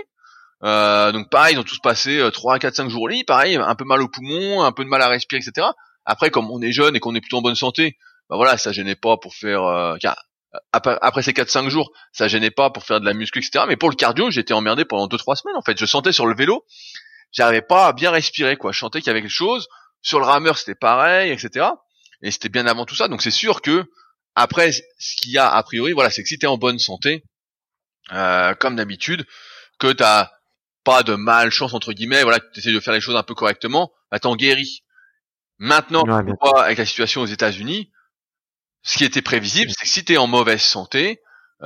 Euh, donc pareil, ils ont tous passé trois, quatre, cinq jours au lit, pareil, un peu mal aux poumons, un peu de mal à respirer, et cetera. Après, comme on est jeune et qu'on est plutôt en bonne santé, bah voilà, ça gênait pas pour faire. Euh, après, après ces quatre, cinq jours, ça gênait pas pour faire de la muscu, et cetera. Mais pour le cardio, j'étais emmerdé pendant deux, trois semaines en fait. Je sentais sur le vélo, j'arrivais pas à bien respirer quoi. Je sentais qu'il y avait quelque chose. Sur le rameur, c'était pareil, et cetera. Et c'était bien avant tout ça. Donc c'est sûr que après, ce qu'il y a a priori, voilà, c'est que si t'es en bonne santé, euh, comme d'habitude, que t'as pas de malchance entre guillemets, voilà, tu essaies de faire les choses un peu correctement, bah t'en guéris. Maintenant, ouais, tu vois, avec la situation aux États-Unis, ce qui était prévisible, c'est que si t'es en mauvaise santé,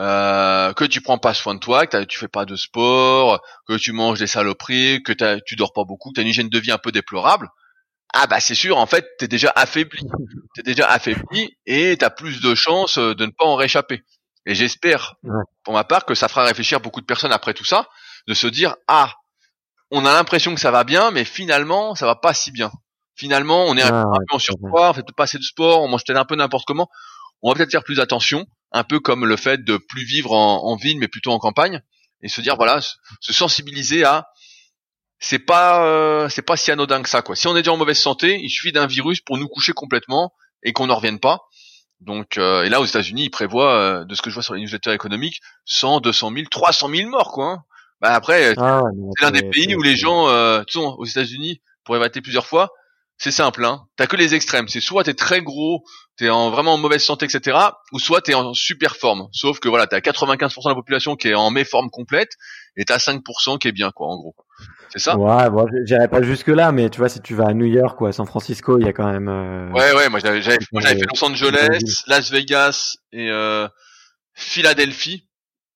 euh, que tu prends pas soin de toi, que tu fais pas de sport, que tu manges des saloperies, que t'as, tu dors pas beaucoup, que t'as une hygiène de vie un peu déplorable, ah bah c'est sûr, en fait, t'es déjà affaibli, t'es déjà affaibli et t'as plus de chances de ne pas en réchapper. Et j'espère, ouais. pour ma part, que ça fera réfléchir beaucoup de personnes après tout ça, de se dire ah, on a l'impression que ça va bien, mais finalement ça va pas si bien. Finalement, on est ah, un ouais, peu en surpoids, on fait peut-être pas assez de sport, on mange peut-être un peu n'importe comment. On va peut-être faire plus attention, un peu comme le fait de plus vivre en, en ville, mais plutôt en campagne, et se dire voilà, se sensibiliser à c'est pas euh, c'est pas si anodin que ça quoi. Si on est déjà en mauvaise santé, il suffit d'un virus pour nous coucher complètement et qu'on n'en revienne pas. Donc euh, et là aux États-Unis, ils prévoient euh, de ce que je vois sur les newsletters économiques, cent, deux cent mille, trois cent mille morts quoi. Hein. Bah après, ah, c'est l'un des pays où les gens, euh, tu sais, aux États-Unis, pour évaluer plusieurs fois, c'est simple, hein. T'as que les extrêmes. C'est soit t'es très gros, t'es en vraiment en mauvaise santé, et cetera, ou soit t'es en super forme. Sauf que voilà, t'as quatre-vingt-quinze pour cent de la population qui est en méforme complète, et t'as cinq pour cent qui est bien, quoi, en gros. C'est ça? Ouais, bon, j'irai pas jusque là, mais tu vois, si tu vas à New York ou à San Francisco, il y a quand même. Euh... Ouais, ouais, moi j'avais, j'avais, moi, j'avais fait Los Angeles, Las Vegas et euh, Philadelphie.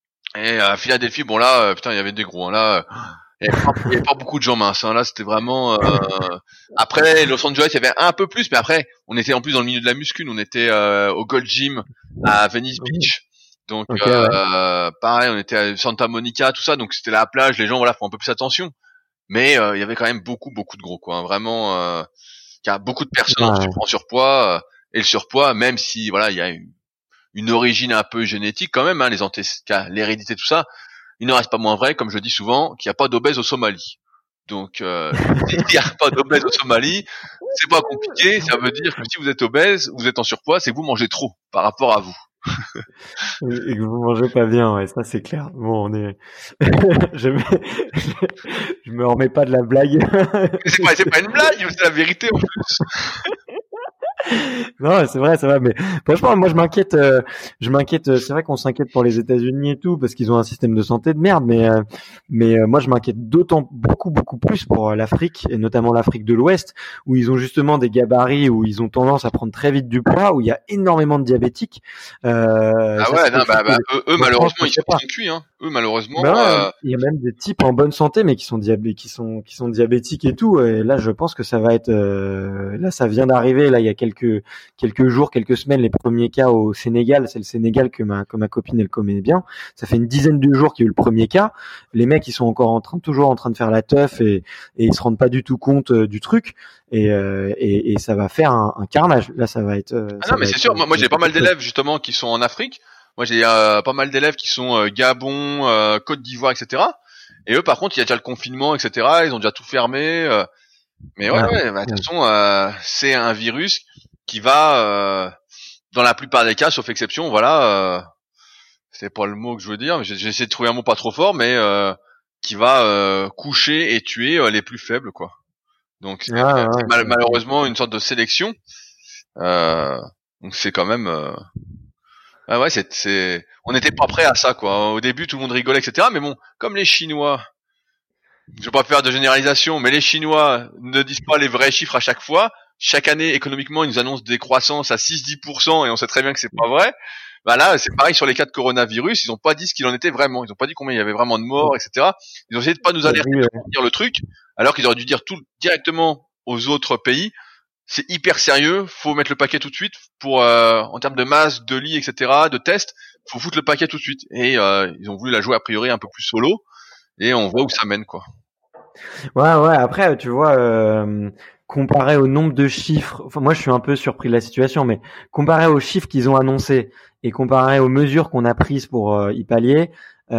Et à Philadelphie, bon là, euh, putain, il y avait des gros. Hein, là, il y avait pas, il y avait pas beaucoup de gens minces. Hein, là, c'était vraiment. Euh... Après, Los Angeles, il y avait un peu plus, mais après, on était en plus dans le milieu de la muscu. On était euh, au Gold Gym à Venice Beach. Donc, okay, euh, ouais. pareil, on était à Santa Monica, tout ça. Donc, c'était la plage. Les gens, voilà, font un peu plus attention. Mais euh, il y avait quand même beaucoup, beaucoup de gros, quoi. Hein, vraiment, euh, il y a beaucoup de personnes ouais. en surpoids euh, et le surpoids, même si, voilà, il y a une, une origine un peu génétique quand même, hein, les antécédents, l'hérédité, tout ça. Il ne reste pas moins vrai, comme je dis souvent, qu'il n'y a pas d'obèse au Somalie. Donc, euh, s'il n'y a pas d'obèse au Somalie, c'est pas compliqué. Ça veut dire que si vous êtes obèse, vous êtes en surpoids, c'est que vous mangez trop par rapport à vous. Et que vous mangez pas bien, ouais, ça c'est clair. Bon, on est. je, me... je me remets pas de la blague. c'est pas, c'est pas une blague, c'est la vérité en plus. Non, c'est vrai, c'est vrai, mais franchement, moi je m'inquiète, euh, je m'inquiète. C'est vrai qu'on s'inquiète pour les États-Unis et tout parce qu'ils ont un système de santé de merde, mais euh, mais euh, moi je m'inquiète d'autant beaucoup beaucoup plus pour euh, l'Afrique et notamment l'Afrique de l'Ouest où ils ont justement des gabarits où ils ont tendance à prendre très vite du poids, où il y a énormément de diabétiques. Euh, ah ouais, non, bah, bah eux, eux malheureusement ils sont pas cuits, hein. Eux malheureusement. Bah ouais, euh... il y a même des types en bonne santé mais qui sont diabé- qui sont qui sont diabétiques et tout. Et là, je pense que ça va être, euh, là, ça vient d'arriver. Là, il y a quelques quelques jours, quelques semaines, les premiers cas au Sénégal. C'est le Sénégal que ma que ma copine elle connaît bien. Ça fait une dizaine de jours qu'il y a eu le premier cas. Les mecs ils sont encore en train toujours en train de faire la teuf et et ils se rendent pas du tout compte euh, du truc et, euh, et et ça va faire un, un carnage. Là ça va être. Euh, ah non mais c'est être, sûr. Moi, moi j'ai pas mal d'élèves justement qui sont en Afrique. Moi j'ai euh, pas mal d'élèves qui sont euh, Gabon, euh, Côte d'Ivoire, et cetera. Et eux par contre il y a déjà le confinement, et cetera. Ils ont déjà tout fermé. Euh, mais ouais, ouais, ouais bah, de toute façon euh, c'est un virus qui va, euh, dans la plupart des cas, sauf exception, voilà, euh, c'est pas le mot que je veux dire, mais j'ai, j'ai essayé de trouver un mot pas trop fort, mais euh, qui va euh, coucher et tuer euh, les plus faibles, quoi. Donc c'est, Ah, c'est ouais, mal- c'est- malheureusement une sorte de sélection. Euh, donc c'est quand même. Euh... Ah ouais, c'est, c'est, on n'était pas prêt à ça quoi. Au début, tout le monde rigolait, et cetera. Mais bon, comme les Chinois, je vais pas faire de généralisation, mais les Chinois ne disent pas les vrais chiffres à chaque fois. Chaque année, économiquement, ils nous annoncent des croissances à six à dix pour cent et on sait très bien que c'est pas vrai. Bah là, c'est pareil sur les cas de coronavirus, ils ont pas dit ce qu'il en était vraiment. Ils ont pas dit combien il y avait vraiment de morts, et cetera. Ils ont essayé de pas nous T'as alerter, vu, de euh, dire le truc, alors qu'ils auraient dû dire tout directement aux autres pays. C'est hyper sérieux, faut mettre le paquet tout de suite pour euh, en termes de masse, de lits, et cetera, de tests, faut foutre le paquet tout de suite. Et euh, ils ont voulu la jouer a priori un peu plus solo, et on voit où ça mène quoi. Ouais, ouais. Après, tu vois, euh, comparé au nombre de chiffres, enfin, moi, je suis un peu surpris de la situation, mais comparé aux chiffres qu'ils ont annoncés et comparé aux mesures qu'on a prises pour euh, y pallier,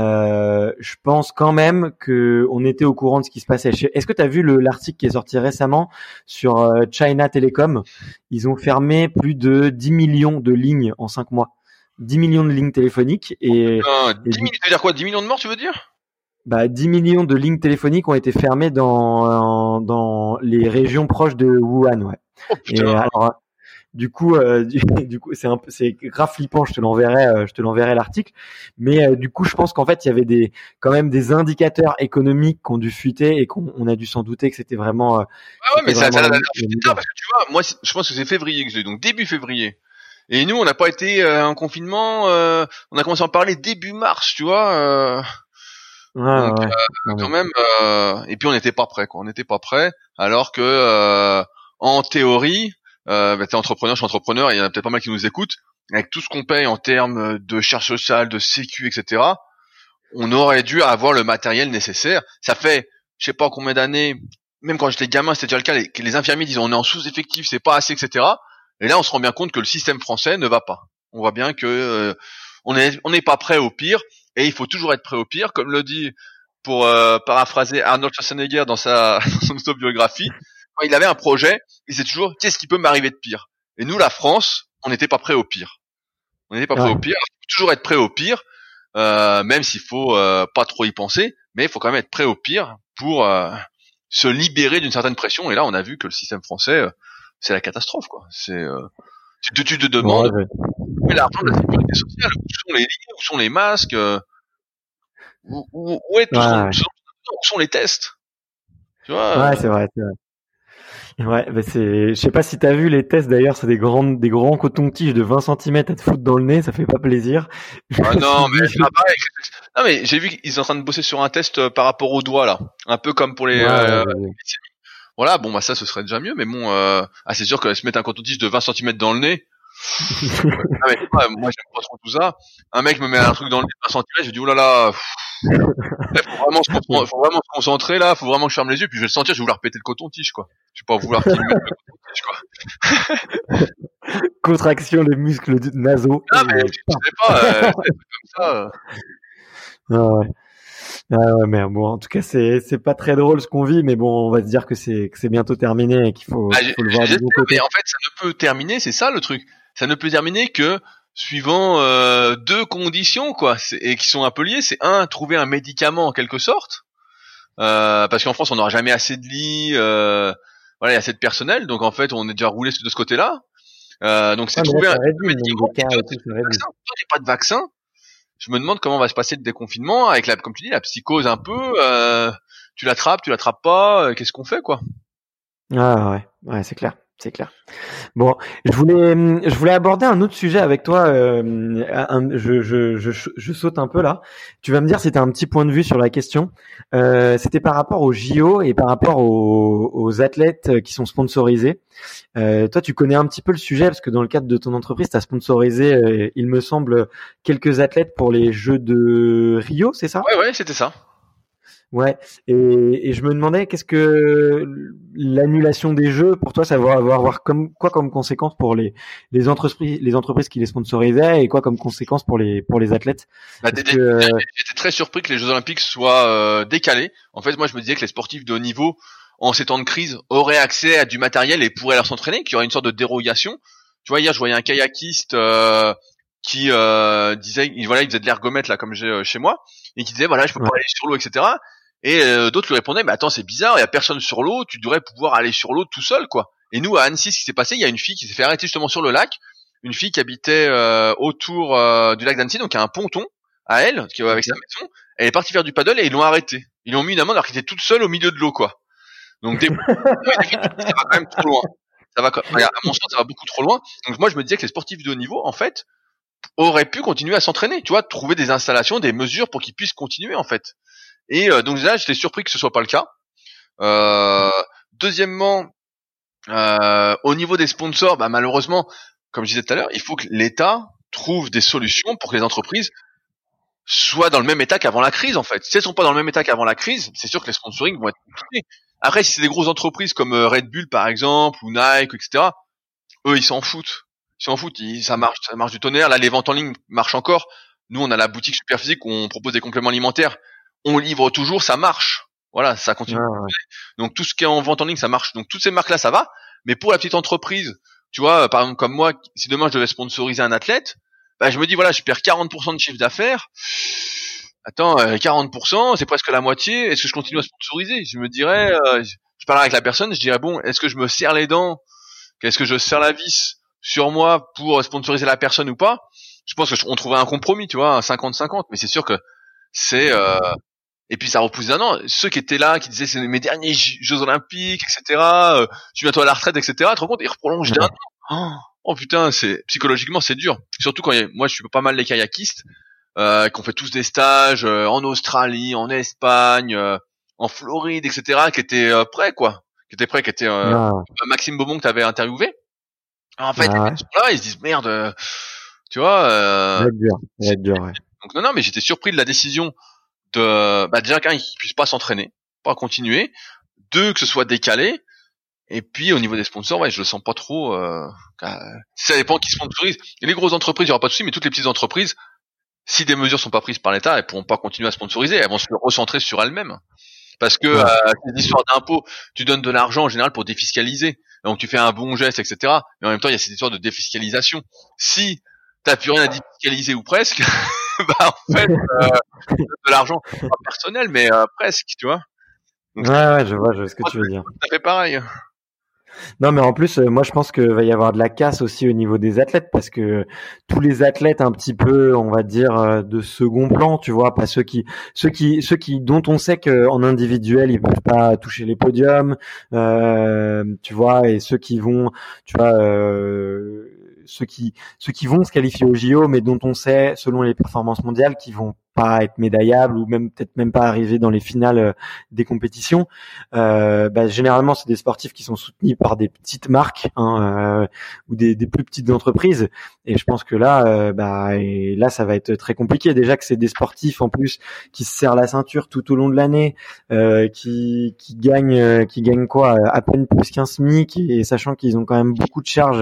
euh, je pense quand même que on était au courant de ce qui se passait. Je- Est-ce que tu as vu le, l'article qui est sorti récemment sur euh, China Telecom? Ils ont fermé plus de dix millions de lignes en cinq mois. dix millions de lignes téléphoniques et, Euh, et dix du- millions, tu veux dire quoi? dix millions de morts, tu veux dire? bah, dix millions de lignes téléphoniques ont été fermées dans, dans les régions proches de Wuhan, ouais. Oh Et putain. alors, du coup, euh, du, du coup, c'est un peu, c'est grave flippant. Je te l'enverrai, euh, je te l'enverrai l'article. Mais euh, du coup, je pense qu'en fait, il y avait des, quand même des indicateurs économiques qui ont dû fuiter et qu'on on a dû s'en douter que c'était vraiment, euh, Ah ouais, mais c'était ça, ça, vraiment ça, le- ça, le ça, parce que tu vois, moi, c'est- je pense que c'est février que je l'ai, donc début février. Et nous, on n'a pas été euh, en confinement, euh, on a commencé à en parler début mars, tu vois. Euh, Ouais, donc ouais. euh, Non, quand mais- même, euh, et puis on n'était pas prêt, quoi. On n'était pas prêt, alors que euh, en théorie, euh, bah, t'es entrepreneur, je suis entrepreneur, et il y en a peut-être pas mal qui nous écoutent. Avec tout ce qu'on paye en termes de charges sociales, de sécu, et cetera, on aurait dû avoir le matériel nécessaire. Ça fait, je sais pas combien d'années, même quand j'étais gamin, c'était déjà le cas, les, que les infirmiers disent on est en sous-effectif, c'est pas assez, et cetera. Et là, on se rend bien compte que le système français ne va pas. On voit bien que euh, on est on n'est pas prêt au pire, et il faut toujours être prêt au pire, comme le dit, pour euh, paraphraser Arnold Schwarzenegger dans sa dans son autobiographie, quand il avait un projet, il disait toujours qu'est-ce qui peut m'arriver de pire. Et nous, la France, on n'était pas prêt au pire. On n'était pas prêt Ouais. au pire. Il faut toujours être prêt au pire, euh, même s'il faut euh, pas trop y penser, mais il faut quand même être prêt au pire pour euh, se libérer d'une certaine pression. Et là, on a vu que le système français, euh, c'est la catastrophe, quoi. C'est euh, tu, te, tu te demandes Ouais, où est l'argent de la sécurité sociale, où sont les lits, où sont les masques, euh, où, où, où est tout ouais, ce qu'on- ouais. où sont les tests, tu vois. Ouais, euh, c'est vrai, c'est vrai. Ouais, bah c'est, je sais pas si t'as vu les tests d'ailleurs, c'est des grandes, des grands cotons-tiges de vingt centimètres à te foutre dans le nez, ça fait pas plaisir. Je Ah me non, suis mais dit, c'est pas pareil. Non, mais j'ai vu qu'ils sont en train de bosser sur un test euh, par rapport aux doigts là, un peu comme pour les. ouais, euh, ouais, ouais. Voilà, bon bah ça, ce serait déjà mieux, mais bon, euh, ah c'est sûr que se mettre un coton-tige de vingt centimètres dans le nez. Ah mais c'est pas, moi j'aime pas trop tout ça. Un mec me met un truc dans le nez de vingt centimètres, je dis oh là là, pff, là, faut vraiment se concentrer, faut vraiment se concentrer là, faut vraiment que je ferme les yeux, puis je vais le sentir, je vais vouloir péter le coton-tige quoi. Je vais pas vouloir qu'il me mette le coton-tige quoi. Contraction des muscles du- nasaux. Ah Et, mais euh, je sais pas, euh, c'est comme ça. euh. ah ouais. Ah ouais, mais bon, en tout cas, c'est, c'est pas très drôle ce qu'on vit, mais bon, on va se dire que c'est, que c'est bientôt terminé et qu'il faut, Ah, qu'il faut le voir du j'espère, bon côté. mais en fait, ça ne peut terminer, c'est ça le truc. Ça ne peut terminer que suivant euh, deux conditions, quoi, c'est- et qui sont un peu liées. C'est un, trouver un médicament en quelque sorte, euh, parce qu'en France, on n'aura jamais assez de lits, euh, voilà, il y a assez de personnel, donc en fait, on est déjà roulé de ce côté-là. Euh, donc c'est Ah, mais trouver là, un ça réduit le médicament. nombre de Et cas toi, et tout, ça réduit. vaccin. Toi, j'ai pas de vaccin. Je me demande comment va se passer le déconfinement avec la, comme tu dis, la psychose un peu. Euh, tu l'attrapes, tu l'attrapes pas. euh, Qu'est-ce qu'on fait, quoi? Ah ouais, ouais, c'est clair, c'est clair. Bon, je voulais, je voulais aborder un autre sujet avec toi. Euh, un- je, je, je, je saute un peu là. Tu vas me dire si tu as un petit point de vue sur la question. Euh, c'était par rapport aux J O et par rapport aux, aux athlètes qui sont sponsorisés. Euh, toi, tu connais un petit peu le sujet parce que dans le cadre de ton entreprise, tu as sponsorisé, euh, il me semble, quelques athlètes pour les Jeux de Rio, c'est ça? Ouais, ouais, c'était ça. Ouais, et, et je me demandais qu'est-ce que l'annulation des jeux pour toi ça va avoir, avoir comme quoi comme conséquence pour les les entreprises les entreprises qui les sponsorisaient et quoi comme conséquence pour les pour les athlètes. Bah, Parce dé- que, euh, J'étais très surpris que les Jeux Olympiques soient euh, décalés. En fait, moi, je me disais que les sportifs de haut niveau, en ces temps de crise, auraient accès à du matériel et pourraient leur s'entraîner, qu'il y aurait une sorte de dérogation. Tu vois, hier, je voyais un kayakiste euh, qui euh, disait, il, voilà, il faisait de l'ergomètre là, comme j'ai euh, chez moi, et qui disait, voilà, je peux Ouais. pas aller sur l'eau, et cetera. Et euh, d'autres lui répondaient, mais attends, c'est bizarre, il y a personne sur l'eau, tu devrais pouvoir aller sur l'eau tout seul, quoi. Et nous, à Annecy, ce qui s'est passé, il y a une fille qui s'est fait arrêter justement sur le lac, une fille qui habitait euh, autour euh, du lac d'Annecy, donc il y a un ponton à elle, qui avec sa maison. Elle est partie faire du paddle et ils l'ont arrêtée. Ils l'ont mis une amende alors qu'elle était toute seule au milieu de l'eau, quoi. Donc des... ça va quand même trop loin. Ça va, à mon sens, ça va beaucoup trop loin. Donc moi, je me disais que les sportifs de haut niveau, en fait, auraient pu continuer à s'entraîner, tu vois, trouver des installations, des mesures pour qu'ils puissent continuer, en fait. Et euh, donc là, j'étais surpris que ce soit pas le cas. Euh, deuxièmement, euh, au niveau des sponsors, bah malheureusement, comme je disais tout à l'heure, il faut que l'État trouve des solutions pour que les entreprises soient dans le même état qu'avant la crise, en fait. Si elles sont pas dans le même état qu'avant la crise, c'est sûr que les sponsorings vont être compliqués. Après, si c'est des grosses entreprises comme Red Bull, par exemple, ou Nike, et cetera, eux, ils s'en foutent. Ils s'en foutent. Ils, ça marche, ça marche du tonnerre. Là, les ventes en ligne marchent encore. Nous, on a la boutique Superphysique où on propose des compléments alimentaires. On livre toujours, ça marche. Voilà, ça continue. Ah, ouais. Donc, tout ce qui est en vente en ligne, ça marche. Donc, toutes ces marques-là, ça va. Mais pour la petite entreprise, tu vois, par exemple, comme moi, si demain je devais sponsoriser un athlète, bah, je me dis, voilà, je perds quarante pour cent de chiffre d'affaires. Attends, euh, quarante pour cent, c'est presque la moitié. Est-ce que je continue à sponsoriser? Je me dirais, euh, je parlerai avec la personne, je dirais, bon, est-ce que je me serre les dents? Est-ce que je serre la vis sur moi pour sponsoriser la personne ou pas? Je pense qu'on trouverait un compromis, tu vois, un cinquante cinquante. Mais c'est sûr que c'est... Euh... Et puis ça repousse d'un an. Ceux qui étaient là, qui disaient c'est mes derniers Jeux Olympiques, et cetera. Euh, je suis bientôt à la retraite, et cetera. Tu te rends compte, ils reprolongent d'un an. Oh, oh putain, c'est psychologiquement c'est dur. Surtout quand il y a... moi je suis pas mal les kayakistes, euh, qui ont fait tous des stages euh, en Australie, en Espagne, euh, en Floride, et cetera. Qui étaient euh, prêts quoi, qui étaient prêts, qui étaient euh, ah. Maxime Beaumont que t'avais interviewé. Alors, en fait, ah ouais. Là, ils se disent merde, euh, tu vois. Euh... Ça va être dur, ça va être dur, ouais. Donc non non, mais j'étais surpris de la décision. De bah déjà qu'un ils puissent pas s'entraîner, pas continuer, deux que ce soit décalé, et puis au niveau des sponsors, ouais, je le sens pas trop. Euh, ça dépend qui sponsorise. Et les grosses entreprises, il y aura pas de souci, mais toutes les petites entreprises, si des mesures sont pas prises par l'État, elles pourront pas continuer à sponsoriser, elles vont se recentrer sur elles-mêmes, parce que ouais. euh, ces histoires d'impôts, tu donnes de l'argent en général pour défiscaliser, donc tu fais un bon geste, et cetera. Mais en même temps, il y a cette histoire de défiscalisation. Si t'as plus rien à défiscaliser ou presque. Bah en fait euh, de l'argent pas personnel mais euh, presque tu vois. Donc, ouais ouais je vois je vois ce que tu veux dire. Ça fait pareil. Non mais en plus euh, moi je pense que va y avoir de la casse aussi au niveau des athlètes parce que tous les athlètes un petit peu on va dire euh, de second plan tu vois pas ceux qui ceux qui ceux qui dont on sait qu'en individuel ils peuvent pas toucher les podiums euh, tu vois et ceux qui vont tu vois euh, ceux qui ceux qui vont se qualifier au J O mais dont on sait selon les performances mondiales qu'ils vont pas être médaillables ou même peut-être même pas arriver dans les finales euh, des compétitions. Euh, bah, généralement, c'est des sportifs qui sont soutenus par des petites marques hein, euh, ou des, des plus petites entreprises. Et je pense que là, euh, bah, et là, ça va être très compliqué. Déjà que c'est des sportifs en plus qui se serrent la ceinture tout au long de l'année, euh, qui qui gagnent euh, qui gagnent quoi, à peine plus qu'un SMIC, et sachant qu'ils ont quand même beaucoup de charges,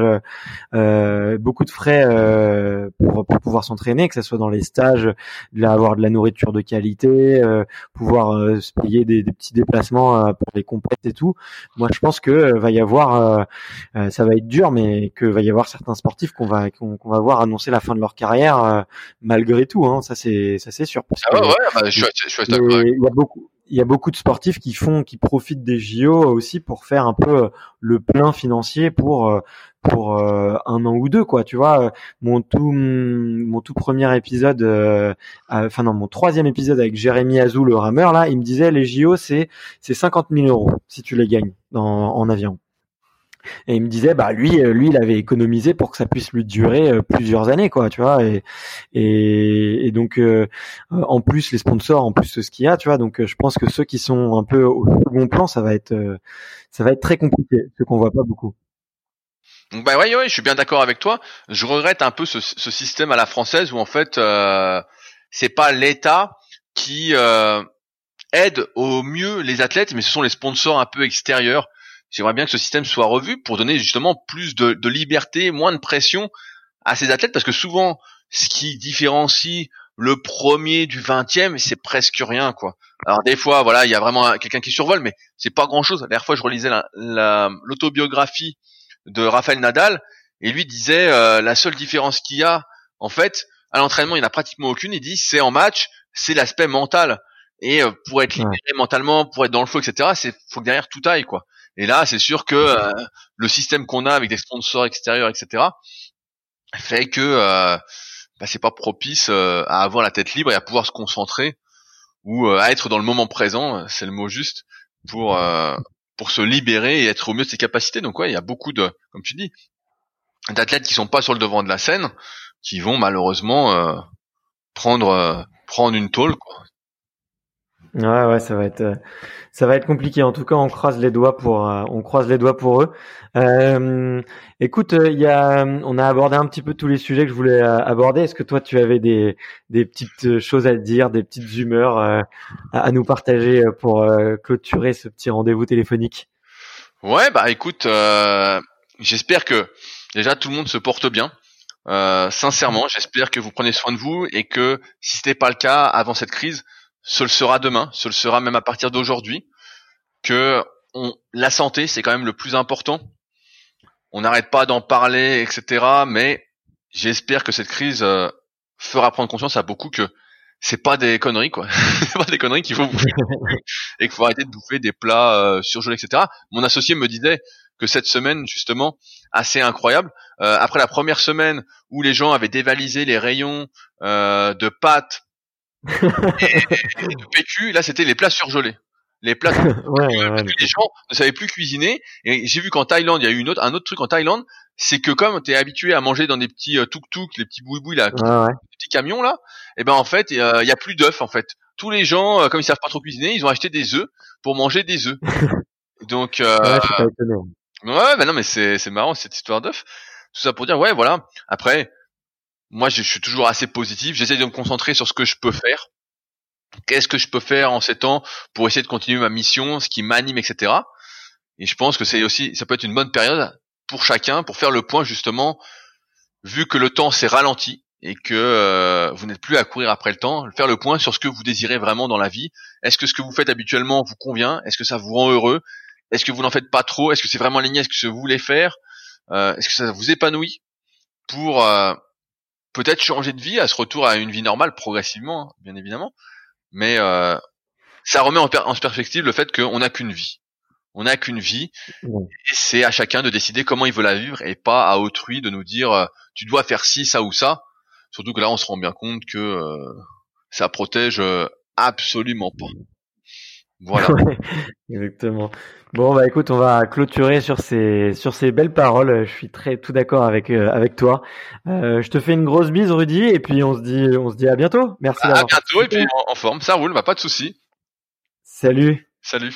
euh, beaucoup de frais euh, pour pour pouvoir s'entraîner, que ce soit dans les stages, de la de la nourriture de qualité, euh, pouvoir euh, se payer des, des petits déplacements euh, pour les compètes et tout. Moi, je pense que euh, va y avoir, euh, euh, ça va être dur, mais que va y avoir certains sportifs qu'on va qu'on, qu'on va voir annoncer la fin de leur carrière euh, malgré tout. Hein, ça c'est ça c'est sûr. Parce ah ouais, ouais bah, je suis, je suis d'accord. Il y a beaucoup. Il y a beaucoup de sportifs qui font, qui profitent des J O aussi pour faire un peu le plein financier pour pour euh, un an ou deux, quoi. Tu vois, mon tout mon tout premier épisode, euh, enfin non, mon troisième épisode avec Jérémy Azou, le rameur là, il me disait les J O c'est c'est cinquante mille euros si tu les gagnes dans, en avion. Et il me disait, bah lui, lui, il avait économisé pour que ça puisse lui durer plusieurs années, quoi, tu vois. Et et, et donc, euh, en plus les sponsors, en plus ce qu'il y a, tu vois. Donc, je pense que ceux qui sont un peu au second plan, ça va être, ça va être très compliqué, ceux qu'on voit pas beaucoup. Bah ouais, ouais, je suis bien d'accord avec toi. Je regrette un peu ce, ce système à la française où en fait, euh, c'est pas l'État qui euh, aide au mieux les athlètes, mais ce sont les sponsors un peu extérieurs. J'aimerais bien que ce système soit revu pour donner justement plus de, de liberté, moins de pression à ces athlètes, parce que souvent, ce qui différencie le premier du vingtième, c'est presque rien, quoi. Alors des fois, voilà, il y a vraiment quelqu'un qui survole, mais c'est pas grand-chose. La dernière fois, je relisais la, la, l'autobiographie de Rafael Nadal, et lui disait euh, la seule différence qu'il y a, en fait, à l'entraînement, il n'y en a pratiquement aucune. Il dit c'est en match, c'est l'aspect mental. Et euh, pour être libéré ouais. mentalement, pour être dans le flow, et cetera, c'est faut que derrière tout aille, quoi. Et là, c'est sûr que euh, le système qu'on a avec des sponsors extérieurs, et cetera, fait que euh, bah, c'est pas propice euh, à avoir la tête libre et à pouvoir se concentrer ou euh, à être dans le moment présent, c'est le mot juste, pour euh, pour se libérer et être au mieux de ses capacités. Donc ouais, il y a beaucoup de, comme tu dis, d'athlètes qui sont pas sur le devant de la scène, qui vont malheureusement euh, prendre euh, prendre une tôle, quoi. Ouais, ouais, ça va être, euh, ça va être compliqué. En tout cas, on croise les doigts pour, euh, on croise les doigts pour eux. Euh, écoute, il euh, y a, on a abordé un petit peu tous les sujets que je voulais euh, aborder. Est-ce que toi, tu avais des, des petites choses à dire, des petites humeurs euh, à, à nous partager pour euh, clôturer ce petit rendez-vous téléphonique? Ouais, bah écoute, euh, j'espère que déjà tout le monde se porte bien. Euh, sincèrement, j'espère que vous prenez soin de vous et que si c'était pas le cas avant cette crise, ce le sera demain, ce le sera même à partir d'aujourd'hui, que on, la santé, c'est quand même le plus important. On n'arrête pas d'en parler, et cetera. Mais j'espère que cette crise euh, fera prendre conscience à beaucoup que c'est pas des conneries, quoi. C'est pas des conneries qu'il faut bouffer et qu'il faut arrêter de bouffer des plats euh, surgelés, et cetera. Mon associé me disait que cette semaine, justement, assez incroyable, euh, après la première semaine où les gens avaient dévalisé les rayons euh, de pâtes et, et de P Q, là c'était les plats surgelés. Les plats surgelés, ouais, ouais, parce que les gens ne savaient plus cuisiner. Et j'ai vu qu'en Thaïlande, il y a eu une autre, un autre truc en Thaïlande, c'est que comme t'es habitué à manger dans des petits euh, tuk-tuk, les petits boui-boui là, ouais, ouais. les petits camions là, et ben en fait, il euh, y a plus d'œufs en fait. Tous les gens, euh, comme ils savent pas trop cuisiner, ils ont acheté des œufs pour manger des œufs. Donc euh, ouais, je suis pas étonné. Ouais, bah non mais c'est c'est marrant cette histoire d'œufs. Tout ça pour dire ouais, voilà. Après, moi je, je suis toujours assez positif, j'essaie de me concentrer sur ce que je peux faire. Qu'est-ce que je peux faire en ces temps pour essayer de continuer ma mission, ce qui m'anime, et cetera. Et je pense que c'est aussi, ça peut être une bonne période pour chacun pour faire le point justement, vu que le temps s'est ralenti et que euh, vous n'êtes plus à courir après le temps, faire le point sur ce que vous désirez vraiment dans la vie. Est-ce que ce que vous faites habituellement vous convient? Est-ce que ça vous rend heureux? Est-ce que vous n'en faites pas trop? Est-ce que c'est vraiment aligné? Est-ce que vous voulez faire? euh, Est-ce que ça vous épanouit pour euh, peut-être changer de vie, à ce retour à une vie normale progressivement, hein, bien évidemment. Mais euh, ça remet en, per- en perspective le fait qu'on n'a qu'une vie. On n'a qu'une vie ouais. Et c'est à chacun de décider comment il veut la vivre et pas à autrui de nous dire euh, tu dois faire ci, ça ou ça. Surtout que là, on se rend bien compte que euh, ça protège euh, absolument pas. Voilà. Ouais, exactement. Bon bah écoute, on va clôturer sur ces sur ces belles paroles. Je suis très tout d'accord avec euh, avec toi. Euh, je te fais une grosse bise, Rudy, et puis on se dit on se dit à bientôt. Merci à d'avoir. À bientôt et puis en, en forme, ça roule, bah pas de souci. Salut. Salut.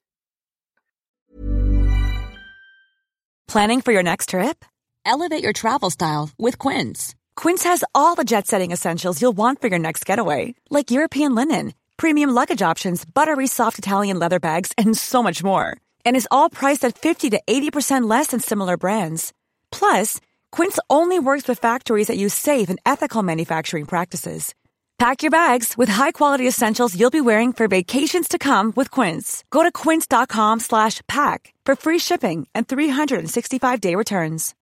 Planning for your next trip? Elevate your travel style with Quince. Quince has all the jet-setting essentials you'll want for your next getaway, like European linen, premium luggage options, buttery soft Italian leather bags, and so much more. And is all priced at fifty to eighty percent less than similar brands. Plus, Quince only works with factories that use safe and ethical manufacturing practices. Pack your bags with high-quality essentials you'll be wearing for vacations to come with Quince. Go to quince.com slash pack for free shipping and three sixty-five day returns.